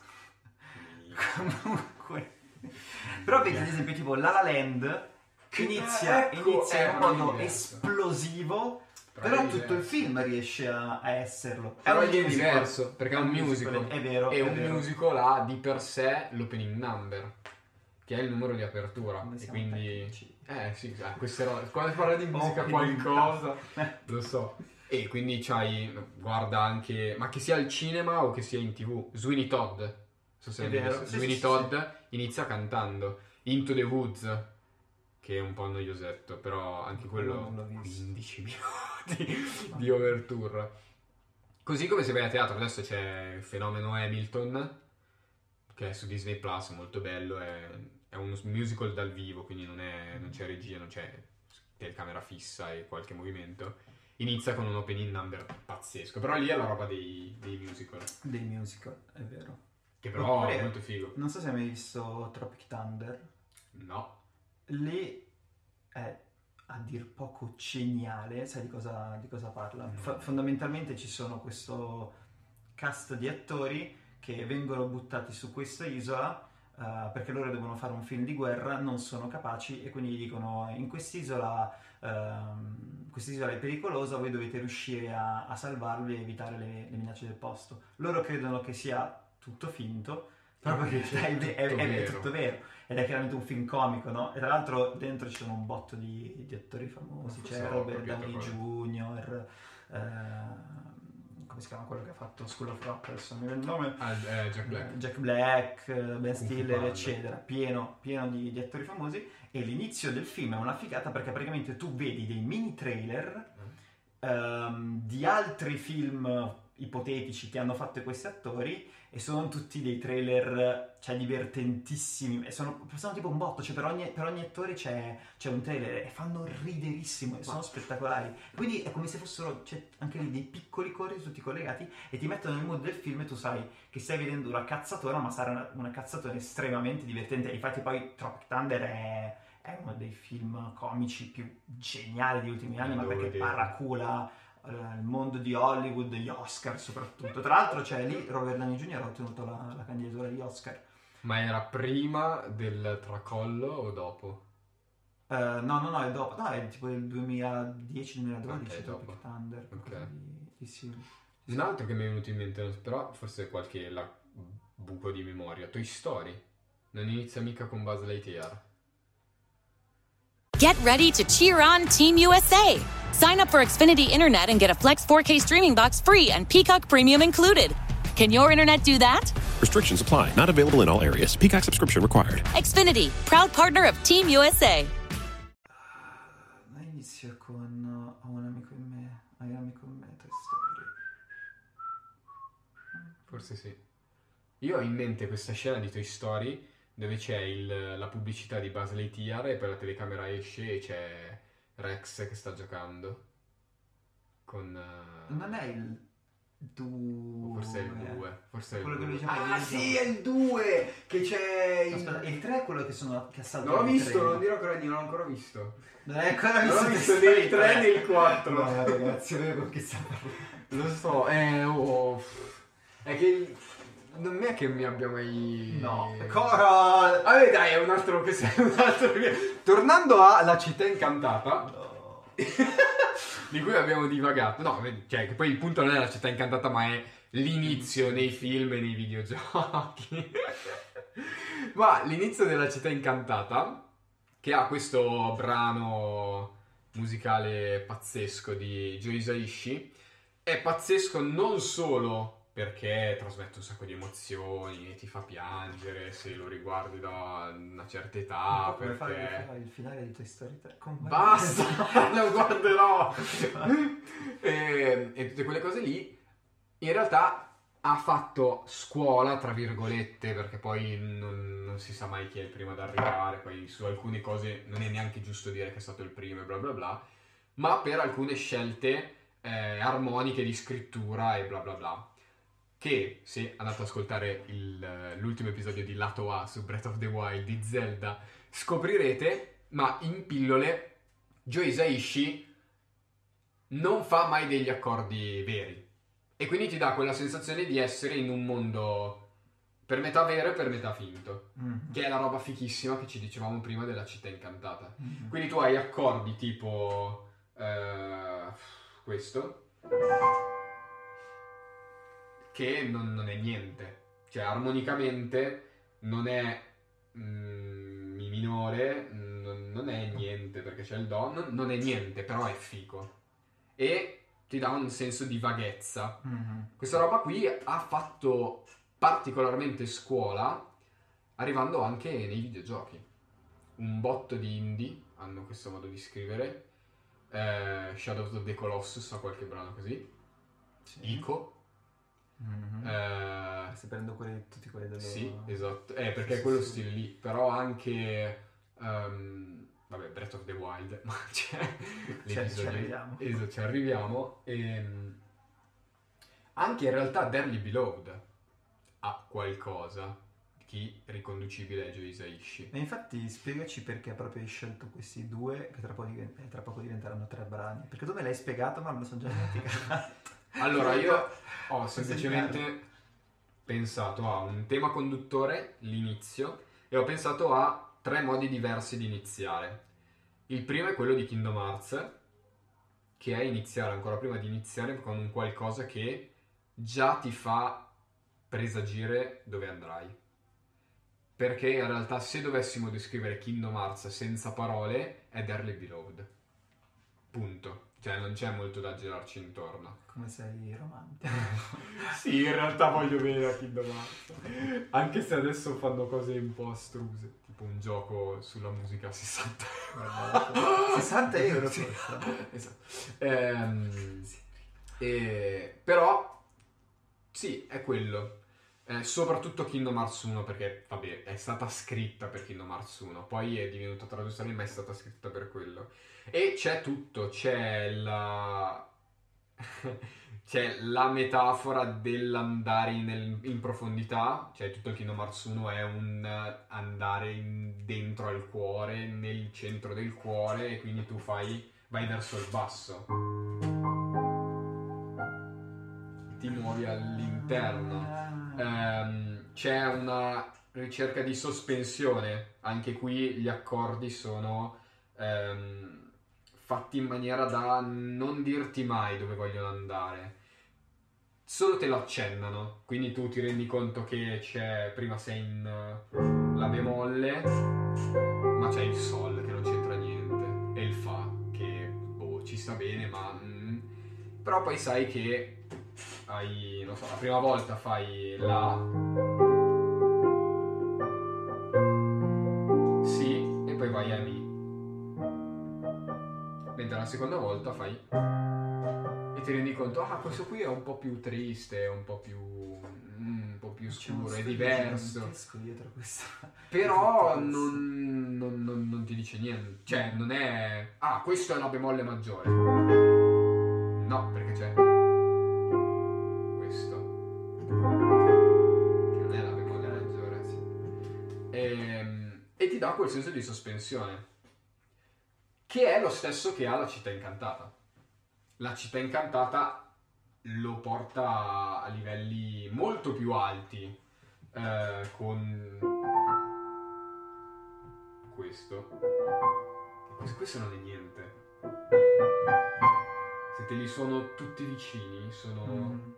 Comunque. Però vedi ad esempio tipo La La Land inizia Ecco, in un modo diverso. esplosivo, Però però è tutto il diverso. film riesce a esserlo. Però un lì è musical. diverso, perché è un musical. È vero. E è un vero. musical ha di per sé l'opening number, che è il numero di apertura. Come E siamo quindi... tecnici. Sì, queste robe. Quando parla di musica Opening qualcosa, lo so. E quindi guarda anche, ma che sia al cinema o che sia in TV, Sweeney Todd. Non so se È l'hai vero, visto. sì, Sweeney sì, Todd inizia cantando Into the Woods, che è un po' noiosetto, però anche Quello quello non l'ho visto. 15 minuti di overture. Così come se vai a teatro, adesso c'è il fenomeno Hamilton, che è su Disney Plus, molto bello, è uno musical dal vivo, quindi non c'è regia, non c'è telecamera fissa e qualche movimento. Inizia con un opening number pazzesco, però lì è la roba dei musical, Dei musical, è vero. che però Oppure- è molto figo. Non so se hai mai visto Tropic Thunder. No. Lì è a dir poco geniale, sai di cosa parla? Fondamentalmente ci sono questo cast di attori che vengono buttati su questa isola perché loro devono fare un film di guerra, non sono capaci e quindi gli dicono in quest'isola è pericolosa, voi dovete riuscire a salvarvi e evitare le minacce del posto. Loro credono che sia tutto finto, però perché è tutto vero. Ed è chiaramente un film comico, no? E tra l'altro dentro ci sono un botto di attori famosi, Forse c'è ho Robert capito Downey quello. Jr., come si chiama quello che ha fatto School of Rock, adesso non mi viene il nome. Jack Black. Jack Black, Ben Fu Stiller, Panda. eccetera, pieno di attori famosi. E l'inizio del film è una figata perché praticamente tu vedi dei mini trailer di altri film ipotetici che hanno fatto questi attori e sono tutti dei trailer, cioè, divertentissimi e sono tipo un botto, cioè per ogni attore c'è un trailer e fanno riderissimo e sono spettacolari, quindi è come se fossero anche lì dei piccoli cori tutti collegati e ti mettono nel mood del film e tu sai che stai vedendo una cazzatona, ma sarà una cazzatona estremamente divertente. E infatti poi Tropic Thunder è uno dei film comici più geniali degli ultimi anni, ma perché paracula il mondo di Hollywood, gli Oscar soprattutto. Tra l'altro c'è lì Robert Downey Jr. ha ottenuto la candidatura agli Oscar. Ma era prima del tracollo o dopo? No, è dopo. No, è tipo il 2010-2012 Ok, Tropic dopo. Thunder. Ok. Sì. Un altro che mi è venuto in mente, però forse qualche buco di memoria, Toy Story. Non inizia mica con Buzz Lightyear. Get ready to cheer on Team USA. Sign up for Xfinity Internet and get a Flex 4K streaming box free and Peacock Premium included. Can your internet do that? Restrictions apply. Not available in all areas. Peacock subscription required. Xfinity, proud partner of Team USA. Inizio con Ho un amico in me, hai un amico in me, Toy Story. Forse sì. Io ho in mente questa scena di Toy Story dove c'è la pubblicità di Buzz Lightyear e poi la telecamera esce e c'è Rex che sta giocando con... Non è il Forse è il 2. Forse è il quello 2. che lui diceva Ah sì, è il 2! Che c'è... Aspetta, il 3 è quello che assaltano. Non l'ho visto, non dirò ancora niente, non l'ho ancora visto. Non l'hai ancora Non l'ho visto visto né il 3 né il 4. No, ragazzi, avevo con che sta parlando. Lo so, è che non è che mi abbia mai... No. Cora! Vabbè dai, è un altro che sei, un altro che... Tornando a La città incantata, No. di cui abbiamo divagato. No, cioè che poi il punto non è La città incantata, ma è l'inizio nei film e nei videogiochi. Ma l'inizio della città incantata, che ha questo brano musicale pazzesco di Joe Hisaishi, è pazzesco non solo perché trasmette un sacco di emozioni, ti fa piangere se lo riguardi da una certa età, Come perché... fare il finale di Toy Story 3? Basta, lo guarderò! e tutte quelle cose lì, in realtà ha fatto scuola, tra virgolette, perché poi non si sa mai chi è il primo ad arrivare, poi su alcune cose non è neanche giusto dire che è stato il primo e bla bla bla, ma per alcune scelte armoniche di scrittura e bla bla bla. Che se andate ad ascoltare l'ultimo episodio di Lato A su Breath of the Wild di Zelda scoprirete, ma in pillole Joe Hisaishi non fa mai degli accordi veri e quindi ti dà quella sensazione di essere in un mondo per metà vero e per metà finto, che è la roba fichissima che ci dicevamo prima della città incantata. Quindi tu hai accordi tipo questo, che non è niente, cioè armonicamente non è mi minore, non è niente perché c'è il do, non è niente, però è figo e ti dà un senso di vaghezza. Questa roba qui ha fatto particolarmente scuola arrivando anche nei videogiochi. Un botto di indie hanno questo modo di scrivere. Shadow of the Colossus ha qualche brano così. Sì. Ico. Stai prendendo tutti quelli dello... Sì, esatto, perché è quello stile lì, però anche vabbè, Breath of the Wild, ma c'è ci arriviamo. Esatto, ci arriviamo. Anche in realtà Dearly Beloved ha qualcosa di riconducibile a Joe Hisaishi. E infatti spiegaci perché proprio hai scelto questi due che tra poco diventeranno 3 brani, perché tu me l'hai spiegato ma me lo sono già dimenticato. Allora, io ho semplicemente pensato a un tema conduttore, l'inizio, e ho pensato a 3 modi diversi di iniziare. Il primo è quello di Kingdom Hearts, che è iniziare ancora prima di iniziare con un qualcosa che già ti fa presagire dove andrai. Perché in realtà se dovessimo descrivere Kingdom Hearts senza parole è Dearly Beloved. Punto. Cioè non c'è molto da girarci intorno. Come sei romantico. Sì, in realtà voglio bene a Kingdom Hearts. Anche se adesso fanno cose un po' astruse. Tipo un gioco sulla musica a 60 euro. 60 euro? Sì. Esatto. Però sì, è quello. Soprattutto Kingdom Hearts 1, perché vabbè, è stata scritta per Kingdom Hearts 1, poi è divenuta traduzione, ma è stata scritta per quello. E c'è tutto, c'è la metafora dell'andare in profondità, cioè tutto il Kingdom Hearts 1 è un andare dentro al cuore, nel centro del cuore, e quindi tu vai verso il basso, ti muovi all'interno. C'è una ricerca di sospensione, anche qui gli accordi sono fatti in maniera da non dirti mai dove vogliono andare, solo te lo accennano, quindi tu ti rendi conto che prima sei in la bemolle, ma c'è il sol che non c'entra niente, e il fa che ci sta bene, ma però poi sai che non so, la prima volta fai la si e poi vai a mi, mentre la seconda volta fai e ti rendi conto, questo qui è un po' più triste, è un po' più scuro, è diverso, dietro questo. però non ti dice niente, cioè non è questa è una bemolle maggiore, no, perché c'è non è la bemolle maggiore, sì. E ti dà quel senso di sospensione, che è lo stesso che ha la città incantata. La città incantata lo porta a livelli molto più alti, con questo. Questo non è niente. Se te li suono tutti vicini, sono...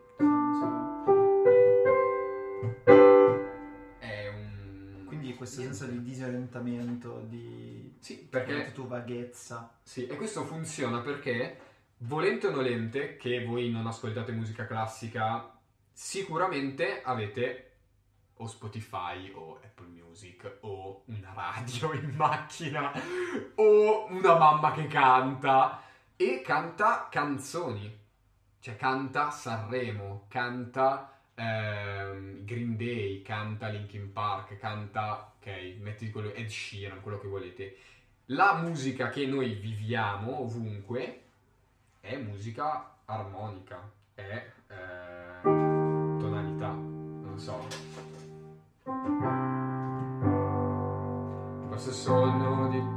È un... Quindi questo senso di disorientamento, Sì, perché... tu vaghezza. Sì, e questo funziona perché, volente o nolente, che voi non ascoltate musica classica, sicuramente avete o Spotify o Apple Music o una radio in macchina o una mamma che canta e canta canzoni, cioè canta Sanremo, canta Green Day, canta Linkin Park, canta, ok, metti quello Ed Sheeran, quello che volete. La musica che noi viviamo ovunque è musica armonica, è tonalità, non so. Questo sogno di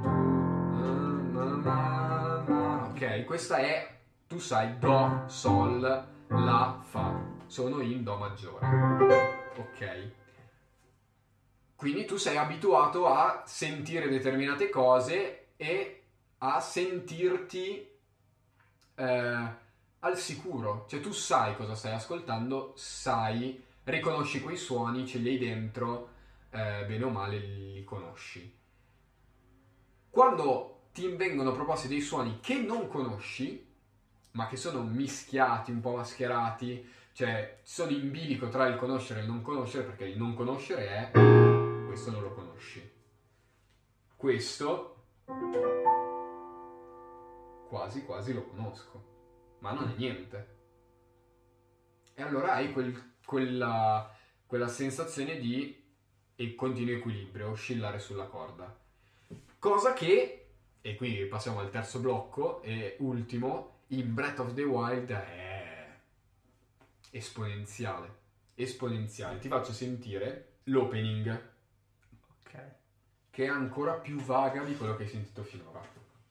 tu. Ok, questa è, tu sai, Do, Sol, La, Fa. Sono in Do maggiore. Ok. Quindi tu sei abituato a sentire determinate cose e a sentirti al sicuro. Cioè tu sai cosa stai ascoltando, sai, riconosci quei suoni, ce li hai dentro, bene o male li conosci. Quando ti vengono proposti dei suoni che non conosci, ma che sono mischiati, un po' mascherati, cioè sono in bilico tra il conoscere e il non conoscere, perché il non conoscere è questo non lo conosci, questo quasi quasi lo conosco, ma non è niente. E allora hai quella sensazione di continuo equilibrio, oscillare sulla corda. Cosa che, e qui passiamo al terzo blocco e ultimo, in Breath of the Wild è esponenziale. Esponenziale. Ti faccio sentire l'opening, Ok. che è ancora più vaga di quello che hai sentito finora.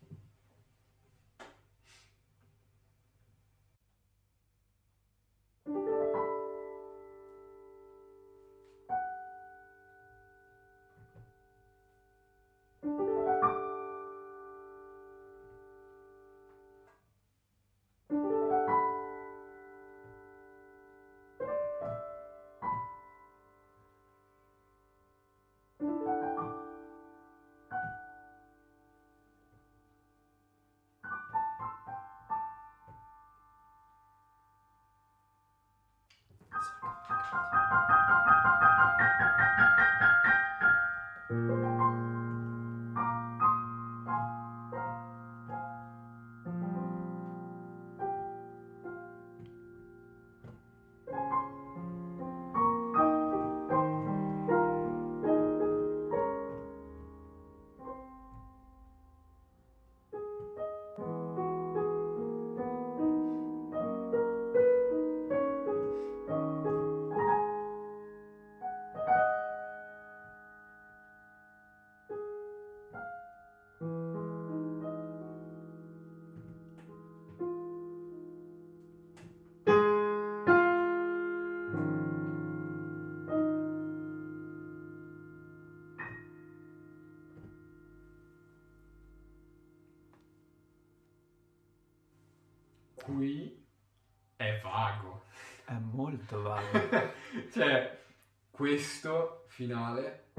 Qui è vago. È molto vago. Cioè, questo finale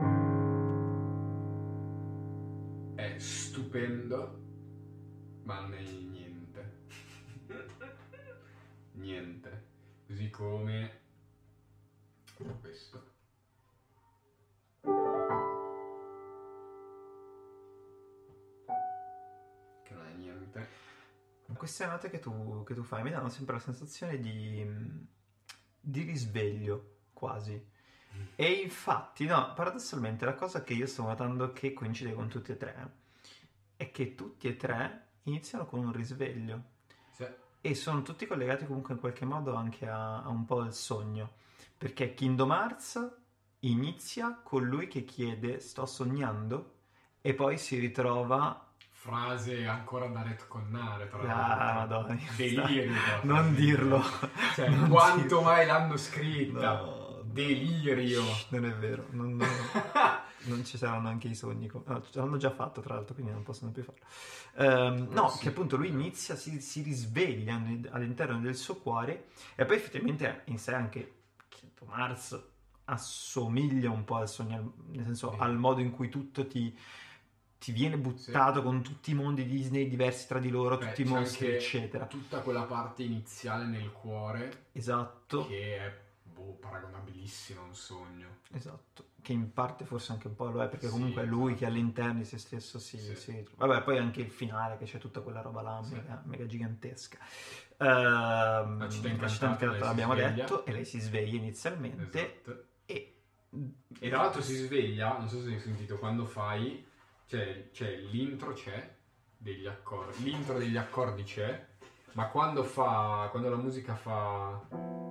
è stupendo, ma non è niente. Niente. Così come questo. Che non è niente. Queste note che tu fai mi danno sempre la sensazione di risveglio, quasi. E infatti, no, paradossalmente la cosa che io sto notando che coincide con tutti e tre è che tutti e tre iniziano con un risveglio. Sì. E sono tutti collegati comunque in qualche modo anche a un po' il sogno. Perché Kingdom Hearts inizia con lui che chiede sto sognando e poi si ritrova... Frase ancora da retconnare, tra l'altro. Madonna. Delirio. Non dirlo. Cioè, non quanto dirlo. mai l'hanno scritta? No. Delirio. Non è vero. Non ci saranno anche i sogni. No, ce l'hanno già fatto, tra l'altro, quindi non possono più farlo. No, sì, che appunto lui inizia, si risveglia all'interno del suo cuore e poi effettivamente in sé anche Kingdom Hearts assomiglia un po' al sogno, nel senso al modo in cui tutto ti viene buttato con tutti i mondi Disney diversi tra di loro, tutti i mostri, eccetera. Tutta quella parte iniziale nel cuore. Esatto. Che è paragonabilissimo a un sogno. Esatto. Che in parte forse anche un po' lo è, perché comunque è lui che all'interno di se stesso si... Vabbè, poi anche il finale, che c'è tutta quella roba là, mega gigantesca. La città incantata l'abbiamo detto, e lei si sveglia inizialmente. Esatto. E tra l'altro si sveglia, non so se hai sentito, quando fai... Cioè l'intro c'è degli accordi, l'intro degli accordi c'è, ma quando la musica fa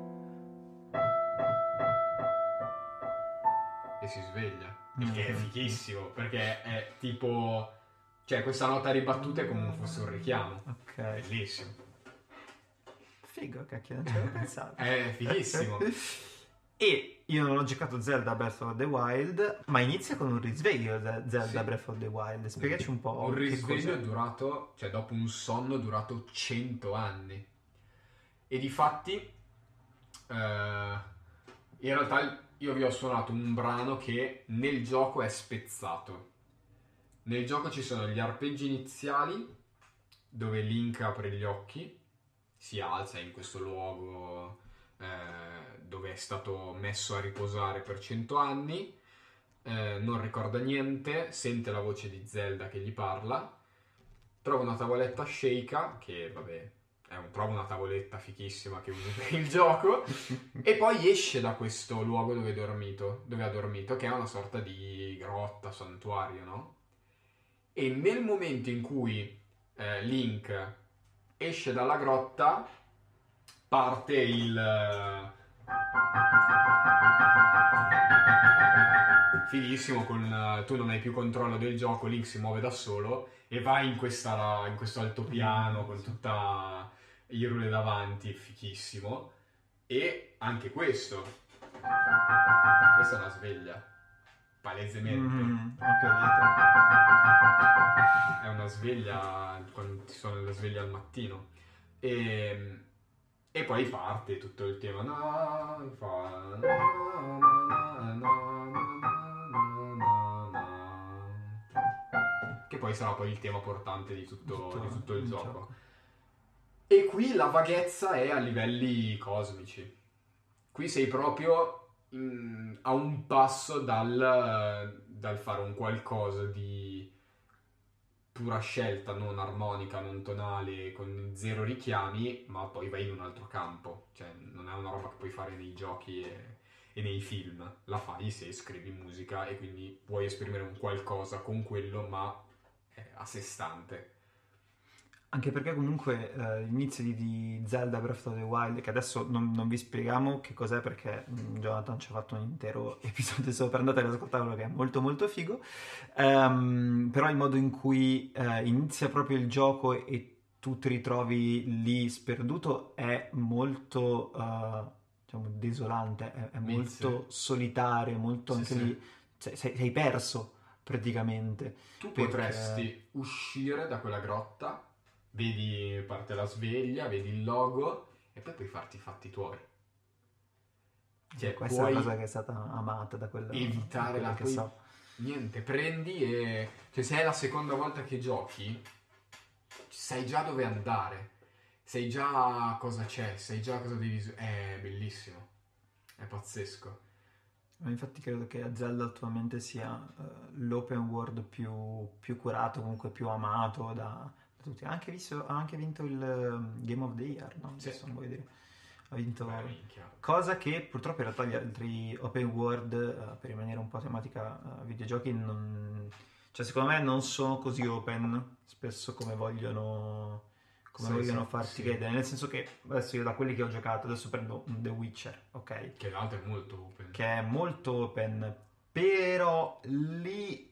e si sveglia, il che è fighissimo, perché è tipo, cioè questa nota ribattuta è come fosse un richiamo. Ok. Bellissimo. Figo, cacchio, non ci avevo pensato. È fighissimo. E io non ho giocato Zelda Breath of the Wild, ma inizia con un risveglio Zelda Breath of the Wild. Spiegaci un po'. Un risveglio è durato, cioè dopo un sonno durato 100 anni. E difatti, in realtà io vi ho suonato un brano che nel gioco è spezzato. Nel gioco ci sono gli arpeggi iniziali, dove Link apre gli occhi, si alza in questo luogo... dove è stato messo a riposare per 100 anni, non ricorda niente, sente la voce di Zelda che gli parla, trova una tavoletta Sheikah, che vabbè, trova una tavoletta fichissima che usa per il gioco, e poi esce da questo luogo dove ha dormito, che è una sorta di grotta, santuario, no? E nel momento in cui Link esce dalla grotta, parte il fighissimo con tu non hai più controllo del gioco, Link si muove da solo e va in questo altopiano con tutta Hyrule davanti, fighissimo. E anche questa è una sveglia, palesemente. Ho capito. È una sveglia quando ti suona la sveglia al mattino. E poi parte tutto il tema che poi sarà poi il tema portante di tutto il gioco. E qui la vaghezza è a livelli cosmici. Qui sei proprio a un passo dal fare un qualcosa di pura scelta, non armonica, non tonale, con zero richiami, ma poi vai in un altro campo. Cioè non è una roba che puoi fare nei giochi e nei film. La fai se scrivi musica e quindi puoi esprimere un qualcosa con quello, ma a sé stante. Anche perché comunque l'inizio di Zelda Breath of the Wild, che adesso non vi spieghiamo che cos'è perché Jonathan ci ha fatto un intero episodio sopra, andate ad ascoltarlo che è molto molto figo, però il modo in cui inizia proprio il gioco e tu ti ritrovi lì sperduto è molto diciamo desolante, è molto solitario, molto anche lì, cioè, sei perso praticamente. Tu potresti uscire da quella grotta, vedi parte la sveglia, vedi il logo e poi puoi farti i fatti tuoi. Cioè, questa è una cosa che è stata amata da quella evitare la tua... Niente, prendi e... Cioè, se è la seconda volta che giochi, sai già dove andare, sai già cosa c'è, sai già cosa devi... È bellissimo, è pazzesco. Infatti credo che Zelda attualmente sia l'open world più curato, comunque più amato da tutti. Ha anche vinto il Game of the Year, no? Sì. Non voglio dire. Ha vinto, cosa che purtroppo in realtà gli altri open world, per rimanere un po' tematica videogiochi, cioè secondo me non sono così open spesso come vogliono come vogliono farti credere, nel senso che adesso io da quelli che ho giocato adesso prendo un The Witcher, ok? Che l'altro è molto open. Che è molto open, però lì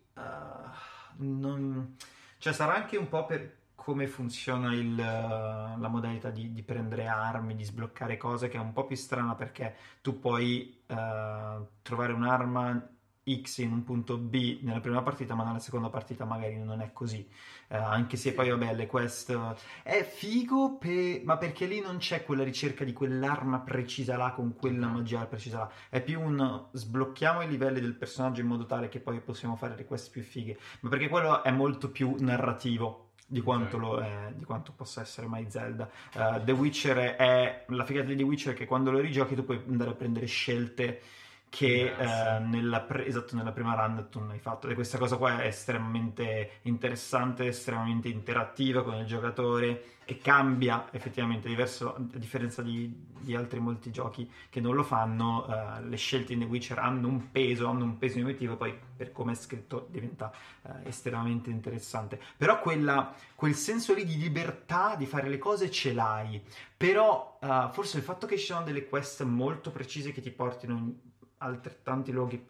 non... cioè sarà anche un po' per come funziona la modalità di prendere armi, di sbloccare cose, che è un po' più strana, perché tu puoi trovare un'arma X in un punto B nella prima partita, ma nella seconda partita magari non è così, anche se poi vabbè le quest è figo ma perché lì non c'è quella ricerca di quell'arma precisa là con quella magia precisa là, è più un sblocchiamo i livelli del personaggio in modo tale che poi possiamo fare le quest più fighe, ma perché quello è molto più narrativo di quanto lo è, di quanto possa essere mai Zelda. The Witcher è la figata di The Witcher è che quando lo rigiochi tu puoi andare a prendere scelte che nella prima run tu non hai fatto, e questa cosa qua è estremamente interessante, estremamente interattiva con il giocatore, e cambia effettivamente, diverso a differenza di altri molti giochi che non lo fanno. Le scelte in The Witcher hanno un peso emotivo, poi per come è scritto diventa estremamente interessante, però quel senso lì di libertà di fare le cose ce l'hai, però forse il fatto che ci sono delle quest molto precise che ti portino in altrettanti luoghi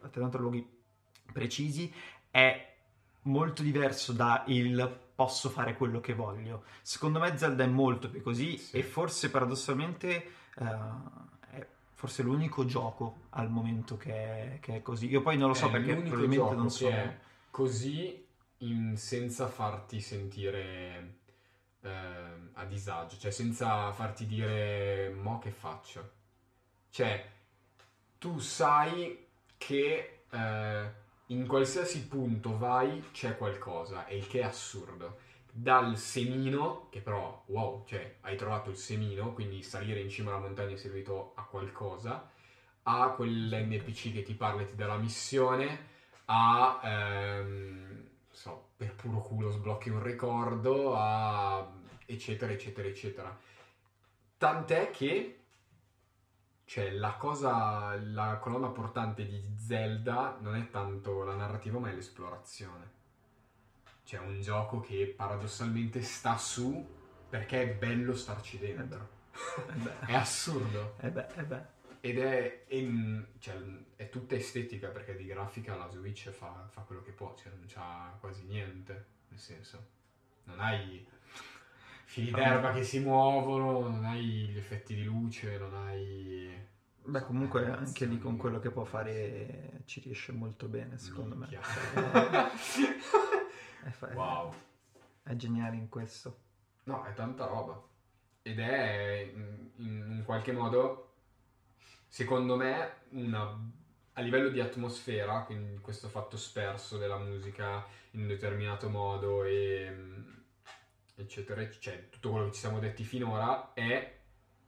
precisi è molto diverso da il posso fare quello che voglio. Secondo me Zelda è molto più così, e forse paradossalmente è forse l'unico gioco al momento che è così. Io poi non lo so, perché probabilmente non so. È così senza farti sentire a disagio, cioè senza farti dire mo che faccio, cioè tu sai che in qualsiasi punto vai c'è qualcosa, e il che è assurdo. Dal semino, che però, wow, cioè hai trovato il semino, quindi salire in cima alla montagna è servito a qualcosa, a quell'NPC che ti parla e ti dà la missione, a, per puro culo sblocchi un ricordo, a eccetera, eccetera, eccetera. Tant'è che cioè la colonna portante di Zelda non è tanto la narrativa, ma è l'esplorazione. C'è un gioco che paradossalmente sta su perché è bello starci dentro. È assurdo. Ed è tutta estetica, perché di grafica la Switch fa quello che può, cioè non c'ha quasi niente, nel senso non hai fili d'erba che si muovono, non hai gli effetti di luce, non hai... Beh, comunque anche lì con quello che può fare ci riesce molto bene, secondo me. Wow. È geniale in questo. No, è tanta roba. Ed è in qualche modo, secondo me, a livello di atmosfera, quindi questo fatto sperso della musica in un determinato modo e eccetera, cioè tutto quello che ci siamo detti finora è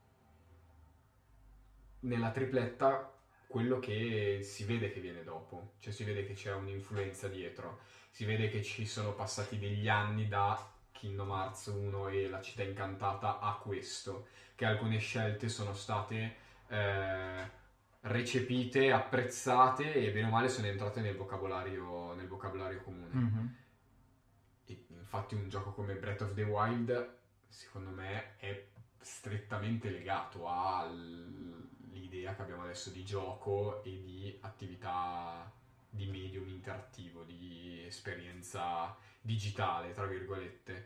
nella tripletta quello che si vede che viene dopo, cioè si vede che c'è un'influenza dietro, si vede che ci sono passati degli anni da Kingdom Hearts 1 e la città incantata a questo, che alcune scelte sono state recepite, apprezzate e bene o male sono entrate nel vocabolario comune. Mm-hmm. E infatti un gioco come Breath of the Wild secondo me è strettamente legato all'idea che abbiamo adesso di gioco e di attività di medium interattivo, di esperienza digitale, tra virgolette.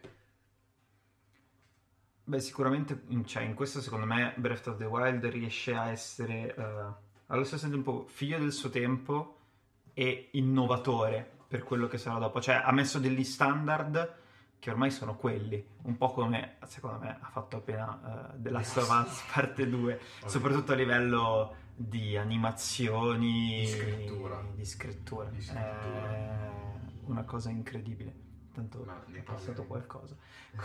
Beh, sicuramente, cioè, in questo secondo me Breath of the Wild riesce a essere allo stesso tempo figlio del suo tempo e innovatore per quello che sarà dopo, cioè ha messo degli standard che ormai sono quelli, un po' come secondo me ha fatto appena The Last of Us parte 2, soprattutto a livello di animazioni, di scrittura. È una cosa incredibile, tanto è passato qualcosa.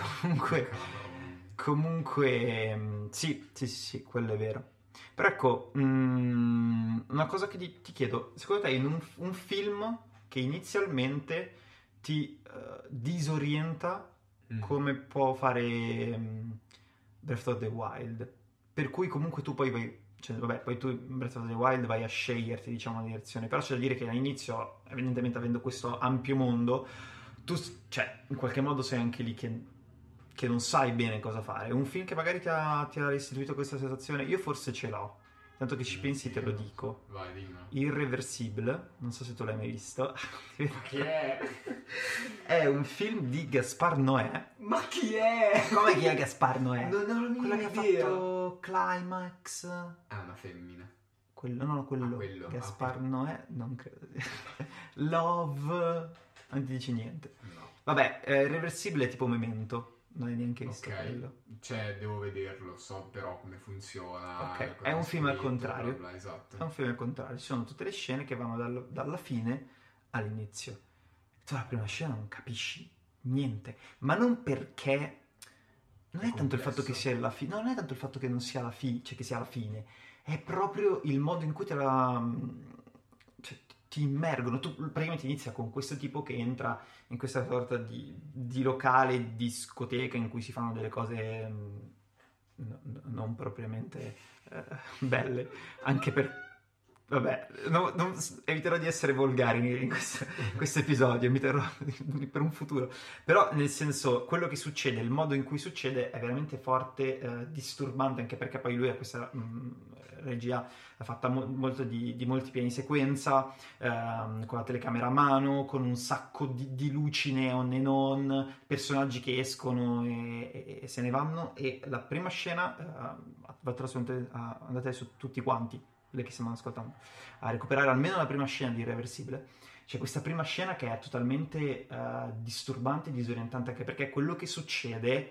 Comunque sì, quello è vero. Però ecco, una cosa che ti chiedo, secondo te in un film che inizialmente ti disorienta come può fare Breath of the Wild, per cui comunque tu poi vai, cioè vabbè, poi tu in Breath of the Wild vai a sceglierti, diciamo, una direzione, però c'è da dire che all'inizio, evidentemente avendo questo ampio mondo, tu, cioè, in qualche modo sei anche lì che che non sai bene cosa fare. Un film che magari ti ha restituito questa sensazione, io forse ce l'ho. Tanto che ci pensi te lo dico. Vai, dimmelo. Irreversibile, non so se tu l'hai mai visto. Ma chi è? È un film di Gaspar Noè. Ma chi è? Come chi è Gaspar Noè? Non ho la Quello minima che ha idea. fatto Climax. È una femmina. Quello. Gaspar Noè, non credo. Love, non ti dice niente. No. Vabbè, Irreversibile è tipo Memento. Non hai neanche visto quello. Cioè, devo vederlo, so però come funziona. Ok, è un film al contrario. Bla bla, esatto. È un film al contrario. Ci sono tutte le scene che vanno dalla fine all'inizio. Tu la prima scena non capisci niente. Ma non perché... Non è tanto il fatto che sia la fine. No, non è tanto il fatto che non sia la fine, cioè che sia la fine. È proprio il modo in cui te la... Cioè, ti immergono. Tu praticamente inizia con questo tipo che entra in questa sorta di locale, discoteca in cui si fanno delle cose non propriamente belle, anche per... Vabbè, eviterò di essere volgari in questo episodio, mi terrò per un futuro. Però, nel senso, quello che succede, il modo in cui succede è veramente forte, disturbante, anche perché poi lui ha questa regia fatta molto di molti piani sequenza, con la telecamera a mano, con un sacco di luci neon e non, personaggi che escono e se ne vanno. E la prima scena, andate su tutti quanti, le che stiamo ascoltando, a recuperare almeno la prima scena di Irreversibile. C'è questa prima scena che è totalmente disturbante e disorientante, anche perché quello che succede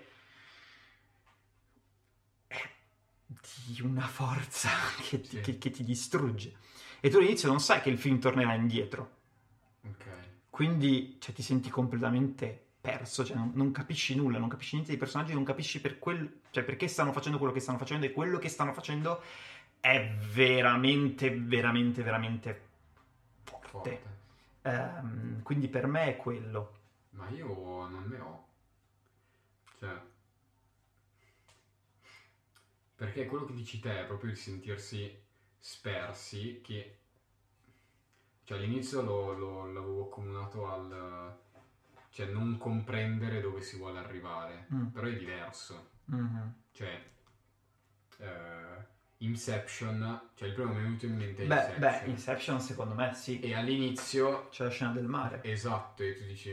è di una forza che ti distrugge. E tu all'inizio non sai che il film tornerà indietro. Ok. Quindi ti senti completamente perso, cioè non capisci nulla, non capisci niente dei personaggi, non capisci perché stanno facendo quello che stanno facendo, e quello che stanno facendo è veramente, veramente, veramente forte. Quindi per me è quello. Ma io non ne ho. Cioè... Perché quello che dici te è proprio il sentirsi spersi, che... Cioè all'inizio l'avevo accomunato al... Cioè non comprendere dove si vuole arrivare. Però è diverso. Mm-hmm. Cioè... Inception, cioè il primo mi è venuto in mente Inception. Beh, Inception secondo me sì. E all'inizio c'è la scena del mare. Esatto, e tu dici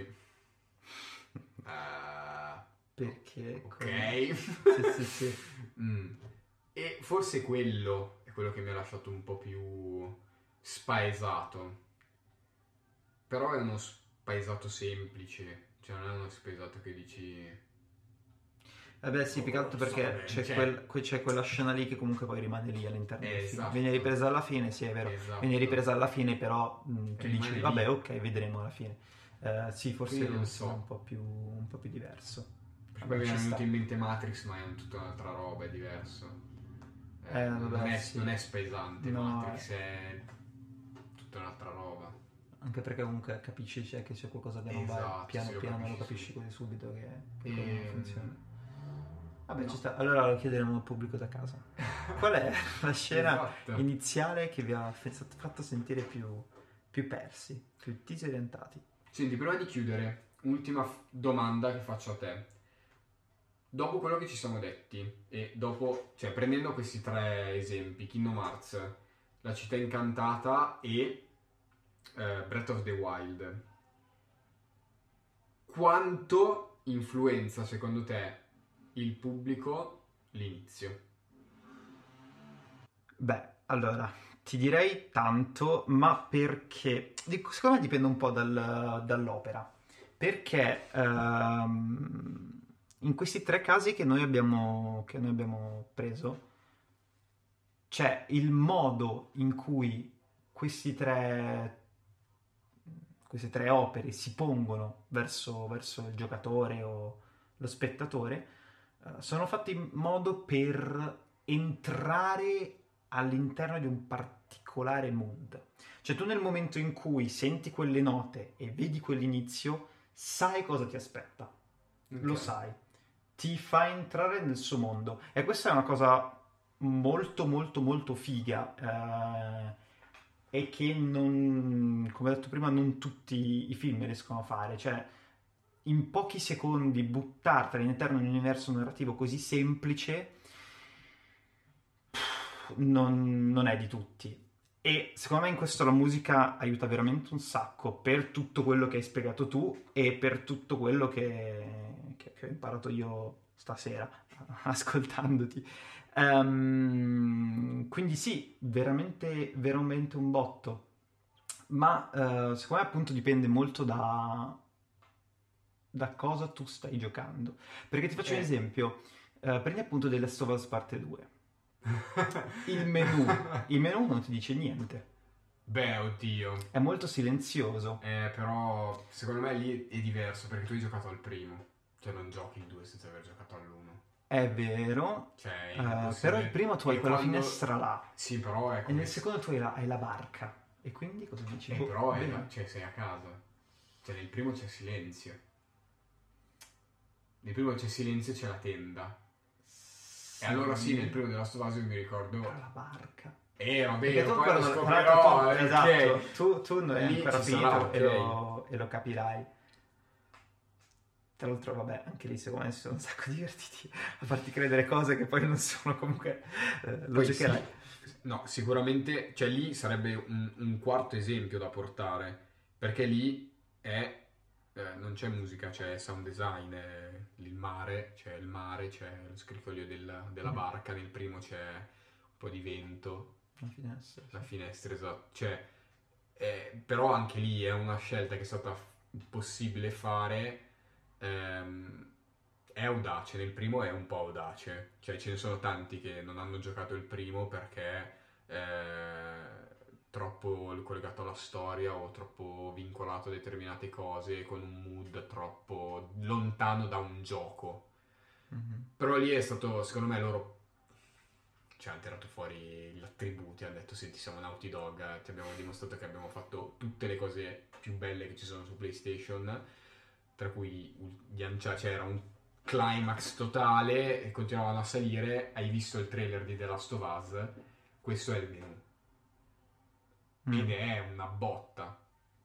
perché? Ok. Sì. E forse quello è quello che mi ha lasciato un po' più spaesato. Però è uno spaesato semplice, cioè non è uno spaesato che dici... Vabbè sì, più che altro perché c'è quella scena lì che comunque poi rimane lì all'interno del film. Viene ripresa alla fine, sì è vero, viene ripresa alla fine, però tu dici vabbè ok, vedremo alla fine. Sì, forse non so. È un po' più diverso. Poi mi è venuto in mente Matrix, ma è tutta un'altra roba, è diverso. Non è spaesante, no, Matrix è tutta un'altra roba. Anche perché comunque capisci che c'è qualcosa che non va, piano lo capisci così subito che non funziona. Vabbè, ci sta. Allora lo chiederemo al pubblico da casa. Qual è la scena iniziale che vi ha fatto sentire più persi, più disorientati? Senti, prima di chiudere, ultima domanda che faccio a te. Dopo quello che ci siamo detti, e dopo, cioè prendendo questi tre esempi, Kingdom Hearts, La città incantata e Breath of the Wild, quanto influenza secondo te il pubblico l'inizio? Beh, allora, ti direi tanto, ma perché... Secondo me dipende un po' dall'opera. Perché in questi tre casi che noi abbiamo preso, c'è il modo in cui queste tre opere si pongono verso il giocatore o lo spettatore, sono fatti in modo per entrare all'interno di un particolare mood. Cioè tu nel momento in cui senti quelle note e vedi quell'inizio, sai cosa ti aspetta. Okay. Lo sai. Ti fa entrare nel suo mondo. E questa è una cosa molto molto molto figa, e che non, come ho detto prima, non tutti i film riescono a fare. Cioè in pochi secondi buttartela all'interno di un universo narrativo così semplice non è di tutti. E secondo me in questo la musica aiuta veramente un sacco per tutto quello che hai spiegato tu e per tutto quello che ho imparato io stasera ascoltandoti. Quindi sì, veramente, veramente un botto. Ma secondo me appunto dipende molto da cosa tu stai giocando. Perché ti faccio un esempio. Prendi appunto The Last of Us Parte 2. Il menu non ti dice niente. Beh, oddio. È molto silenzioso. Però secondo me lì è diverso perché tu hai giocato al primo. Cioè non giochi il 2 senza aver giocato all'1. È vero. Cioè, però il primo tu hai quella quando... finestra là. Sì, però è E nel secondo tu hai la barca. E quindi cosa dici? Però cioè, sei a casa. Cioè nel primo c'è silenzio. Nel primo c'è silenzio e c'è la tenda. E allora sì, nel primo della Stovasio mi ricordo... Però la barca. Vabbè, tu poi lo esatto, scoprirò, tu non hai ancora finito sarà, e lo capirai. Tra l'altro, vabbè, anche lì secondo me si sono un sacco divertiti a farti credere cose che poi non sono, comunque lo giocherai. Sì. No, sicuramente, cioè lì sarebbe un quarto esempio da portare, perché lì non c'è musica, c'è sound design, il mare, c'è lo scricchiolio della barca, nel primo c'è un po' di vento. La finestra, esatto. Cioè, però anche lì è una scelta che è stata possibile fare, è audace, nel primo è un po' audace, cioè ce ne sono tanti che non hanno giocato il primo perché troppo collegato alla storia o troppo vincolato a determinate cose con un mood troppo lontano da un gioco. Però lì è stato, secondo me, loro hanno tirato fuori gli attributi, hanno detto senti siamo Naughty Dog, ti abbiamo dimostrato che abbiamo fatto tutte le cose più belle che ci sono su PlayStation, tra cui c'era un climax totale e continuavano a salire, hai visto il trailer di The Last of Us, questo è il menu ed è una botta,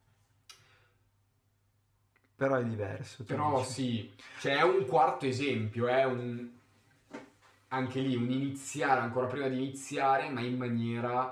però è diverso, però dici. Sì, cioè è un quarto esempio, è anche lì un iniziare ancora prima di iniziare, ma in maniera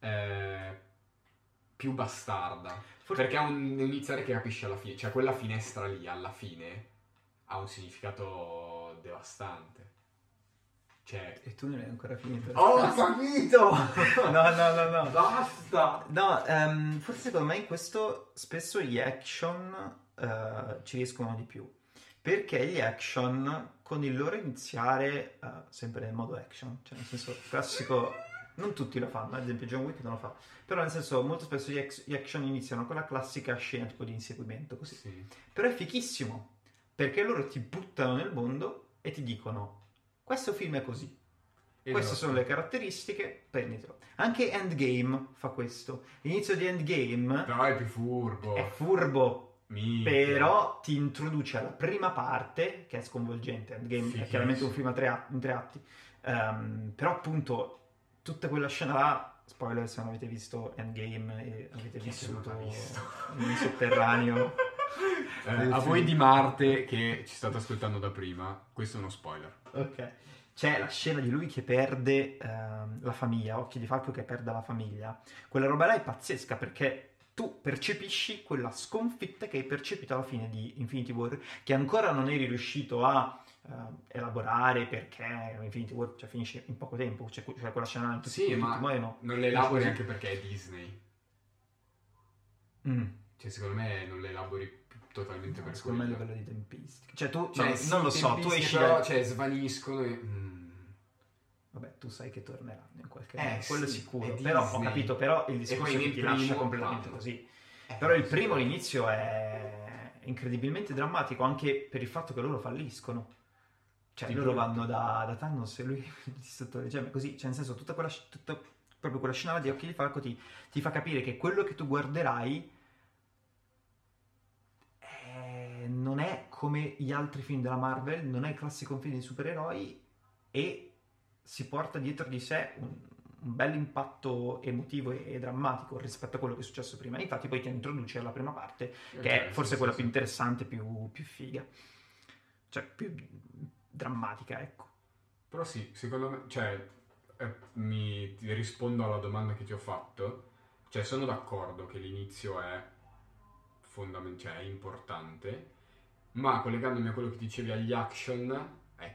più bastarda. Perché è un iniziare che capisci alla fine, cioè quella finestra lì alla fine ha un significato devastante. Cioè... E tu non hai ancora finito. Oh, ho capito! No. Basta! No, forse secondo me in questo spesso gli action ci riescono di più. Perché gli action, con il loro iniziare, sempre nel modo action, cioè nel senso classico, non tutti lo fanno, ad esempio John Wick non lo fa, però nel senso molto spesso gli action iniziano con la classica scena tipo di inseguimento, così. Sì. Però è fichissimo, perché loro ti buttano nel mondo e ti dicono, questo film è così, queste sono le caratteristiche, prenditelo. Anche Endgame fa questo, l'inizio di Endgame... Però è più furbo. È furbo. Minchia. Però ti introduce alla prima parte che è sconvolgente. Endgame è chiaramente un film in tre atti, però appunto tutta quella scena là, spoiler se non avete visto Endgame e avete vissuto in sotterraneo a voi di Marte che ci state ascoltando da prima, questo è uno spoiler. Ok, c'è la scena di lui che perde la famiglia, Occhi di Falco che perde la famiglia. Quella roba là è pazzesca perché tu percepisci quella sconfitta che hai percepito alla fine di Infinity War, che ancora non eri riuscito a elaborare perché Infinity War finisce in poco tempo, cioè quella scena in sì, ma non l'elabori anche perché è Disney. Cioè secondo me non l'elabori totalmente per secondo me a livello di tempistica. Cioè tu, non lo so, tu esci però, svaniscono e... Vabbè, tu sai che torneranno in qualche modo, quello sì, sicuro. Però ho capito, però il discorso che ti lascia completamente così. Però il primo, l'inizio è incredibilmente drammatico, anche per il fatto che loro falliscono. Cioè loro vanno da Thanos e lui distruttore di gemme, così, cioè nel senso proprio quella scena di Occhi di Falco ti fa capire che quello che tu guarderai non è come gli altri film della Marvel, non è il classico film di supereroi e si porta dietro di sé un bel impatto emotivo e drammatico rispetto a quello che è successo prima. Infatti poi ti introduce alla prima parte, che è forse quella più interessante, più figa, cioè più drammatica, ecco. Però sì, secondo me, cioè, ti rispondo alla domanda che ti ho fatto, cioè sono d'accordo che l'inizio è cioè è importante, ma collegandomi a quello che dicevi agli action,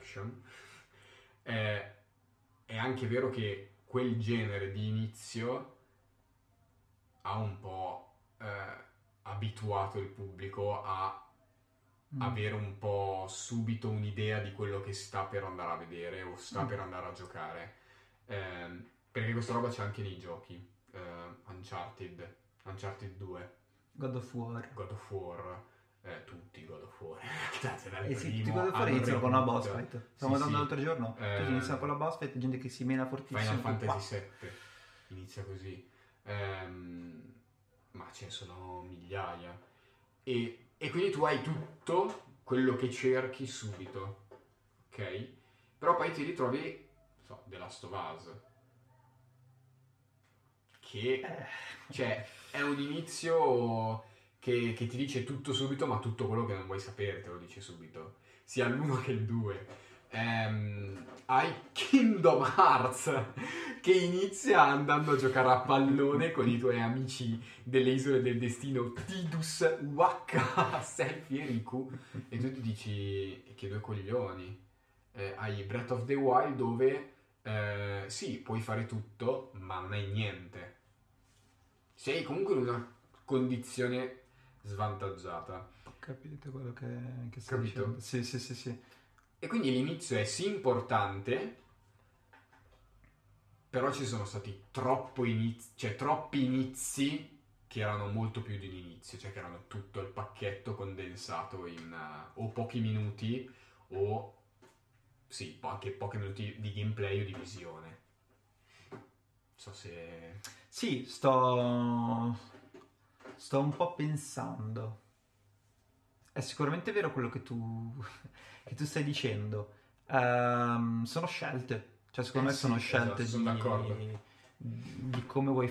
è anche vero che quel genere di inizio ha un po' abituato il pubblico a avere un po' subito un'idea di quello che sta per andare a vedere o sta per andare a giocare, perché questa roba c'è anche nei giochi. Uncharted 2, God of War, tutti God of War dal sì, primo tutti God of War iniziano con una boss fight. Stiamo sì, guardando l'altro giorno, tutti iniziano con la boss fight, gente che si mena fortissimo. Final Fantasy VII inizia così, ma ce ne sono migliaia, e quindi tu hai tutto quello che cerchi subito, ok? Però poi ti ritrovi, The Last of Us, che cioè è un inizio che ti dice tutto subito, ma tutto quello che non vuoi sapere te lo dice subito, sia l'1 che il 2. Hai Kingdom Hearts che inizia andando a giocare a pallone con i tuoi amici delle Isole del Destino, Tidus, Waka, Selfie e Riku, e tu ti dici che due coglioni. Hai Breath of the Wild dove sì, puoi fare tutto, ma non hai niente. Sei comunque in una condizione svantaggiata. Capite quello che stai Capito? dicendo? Sì. E quindi l'inizio è sì importante, però ci sono stati troppi inizi che erano molto più di un inizio, cioè che erano tutto il pacchetto condensato in o pochi minuti o sì, anche pochi minuti di gameplay o di visione. Non so se... Sì, sto un po' pensando. È sicuramente vero quello che tu stai dicendo. Sono scelte. Cioè, secondo me sono scelte, esatto, sono d'accordo. di come vuoi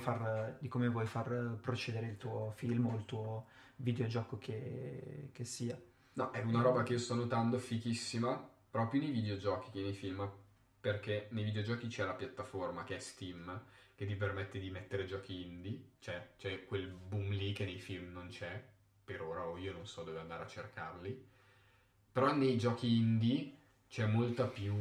far procedere il tuo film o il tuo videogioco che sia. No, è una roba che io sto notando fichissima proprio nei videogiochi che nei film, perché nei videogiochi c'è la piattaforma che è Steam, che ti permette di mettere giochi indie, c'è quel boom lì che nei film non c'è per ora, o io non so dove andare a cercarli, però nei giochi indie c'è molta più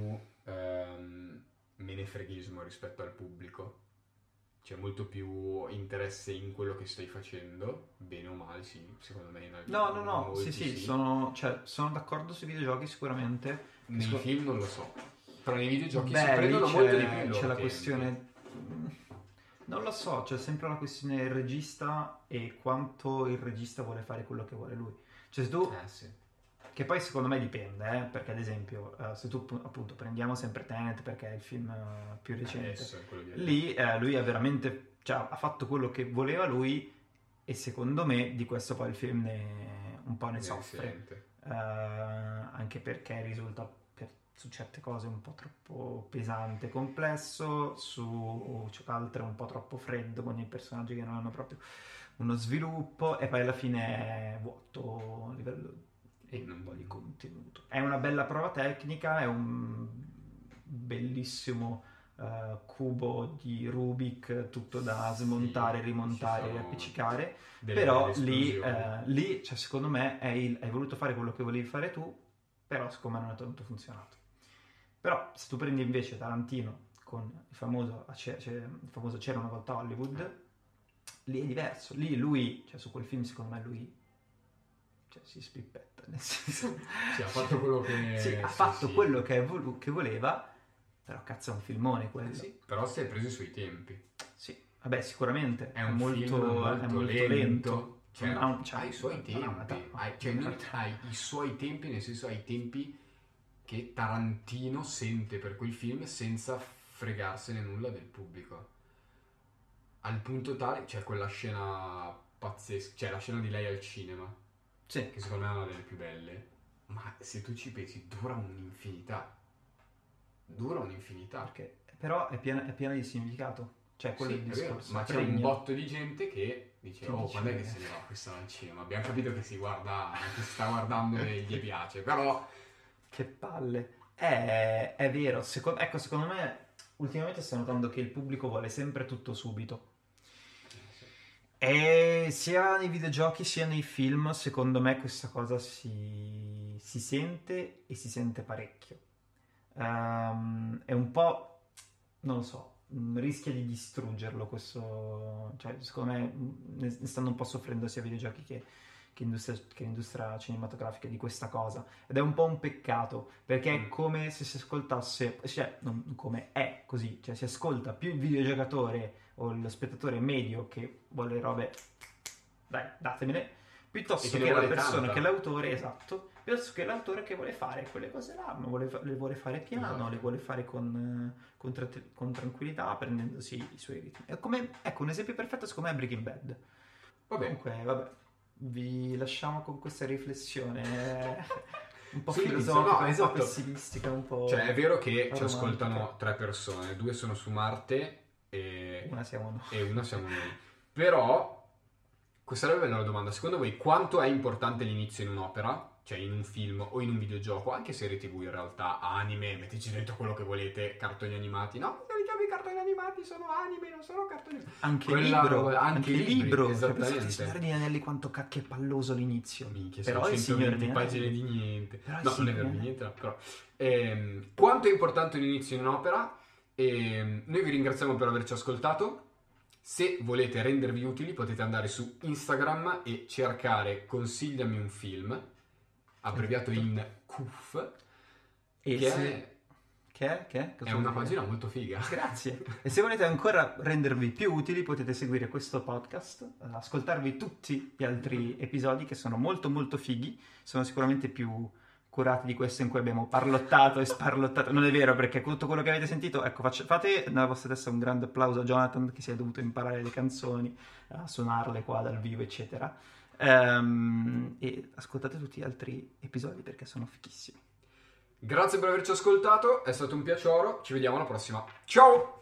menefreghismo rispetto al pubblico, c'è molto più interesse in quello che stai facendo, bene o male, sì, secondo me in No, molti sì, sono d'accordo sui videogiochi sicuramente. Nei film non lo so, però nei videogiochi Beh, si prendono molto di più il loro c'è la tempo. questione, non lo so, c'è sempre la questione del regista e quanto il regista vuole fare quello che vuole lui. Cioè se tu, Sì. che poi secondo me dipende, perché ad esempio se tu appunto prendiamo sempre Tenet perché è il film più recente, lì lui ha veramente, cioè, ha fatto quello che voleva lui e secondo me di questo poi il film un po' ne soffre, anche perché risulta su certe cose un po' troppo pesante, complesso, su altre un po' troppo freddo, con i personaggi che non hanno proprio uno sviluppo e poi alla fine è vuoto a livello e un po' di contenuto. È una bella prova tecnica, è un bellissimo cubo di Rubik, tutto da smontare, rimontare e appiccicare, però lì cioè, secondo me hai voluto fare quello che volevi fare tu, però secondo me non è tanto funzionato. Però se tu prendi invece Tarantino con il famoso C'era una volta Hollywood, lì è diverso. Lì lui, cioè su quel film secondo me lui si spippetta, nel senso ha fatto quello che ha fatto quello che voleva, però cazzo è un filmone quello. Sì, però si è preso i suoi tempi. Sì, vabbè, sicuramente è molto lento. Cioè, ha i suoi tempi. Hai i suoi tempi, nel senso hai i tempi che Tarantino sente per quel film senza fregarsene nulla del pubblico. Al punto tale, c'è quella scena pazzesca, cioè la scena di lei al cinema, sì, che secondo me è una delle più belle, ma se tu ci pensi dura un'infinità. dura un'infinità. Perché, però è piena di significato. Cioè, quello Sì, è il è vero, discorso. ma c'è un botto di gente che dice, Che oh, dice, quando è che se ne va questa al cinema? Abbiamo capito che si sta guardando e gli piace, però... Che palle. È vero. Secondo me, ultimamente sto notando che il pubblico vuole sempre tutto subito. E sia nei videogiochi sia nei film, secondo me questa cosa si sente e si sente parecchio. È un po', non lo so, rischia di distruggerlo questo, cioè secondo me ne stanno un po' soffrendo sia videogiochi che l'industria cinematografica di questa cosa, ed è un po' un peccato, perché è come se si ascoltasse, cioè non come è così, cioè si ascolta più il videogiocatore o lo spettatore medio che vuole robe, dai, datemele, piuttosto che la persona, che l'autore, esatto, piuttosto che l'autore che vuole fare quelle cose là, ma le vuole fare piano, esatto. Le vuole fare con tranquillità, prendendosi i suoi ritmi. È come, ecco, un esempio perfetto secondo me è Breaking Bad. Comunque, vabbè, vi lasciamo con questa riflessione un po' filosofica, un po' pessimistica, un po'... Cioè, è vero che ci ascoltano 3 persone, 2 sono su Marte e una siamo noi. Però, questa sarebbe una domanda. Secondo voi quanto è importante l'inizio in un'opera? Cioè in un film o in un videogioco, anche serie TV in realtà, anime, metteci dentro quello che volete, cartoni animati. No, se li chiami cartoni animati sono anime, non sono cartoni animati. Anche libro, esattamente. Il Signore degli Anelli quanto cacchio è palloso l'inizio. Minchia, però sono 120 pagine di niente. Però no, non è vero di niente, però. Quanto è importante l'inizio in un'opera? Noi vi ringraziamo per averci ascoltato. Se volete rendervi utili potete andare su Instagram e cercare Consigliami un film, abbreviato in CUF, che è una pagina molto figa. Grazie. E se volete ancora rendervi più utili potete seguire questo podcast, ascoltarvi tutti gli altri episodi che sono molto molto fighi, sono sicuramente più curati di questo in cui abbiamo parlottato e sparlottato. Non è vero, perché tutto quello che avete sentito, ecco, fate nella vostra testa un grande applauso a Jonathan che si è dovuto imparare le canzoni, a suonarle qua dal vivo eccetera, e ascoltate tutti gli altri episodi perché sono fighissimi. Grazie per averci ascoltato, è stato un piacere, ci vediamo alla prossima. Ciao!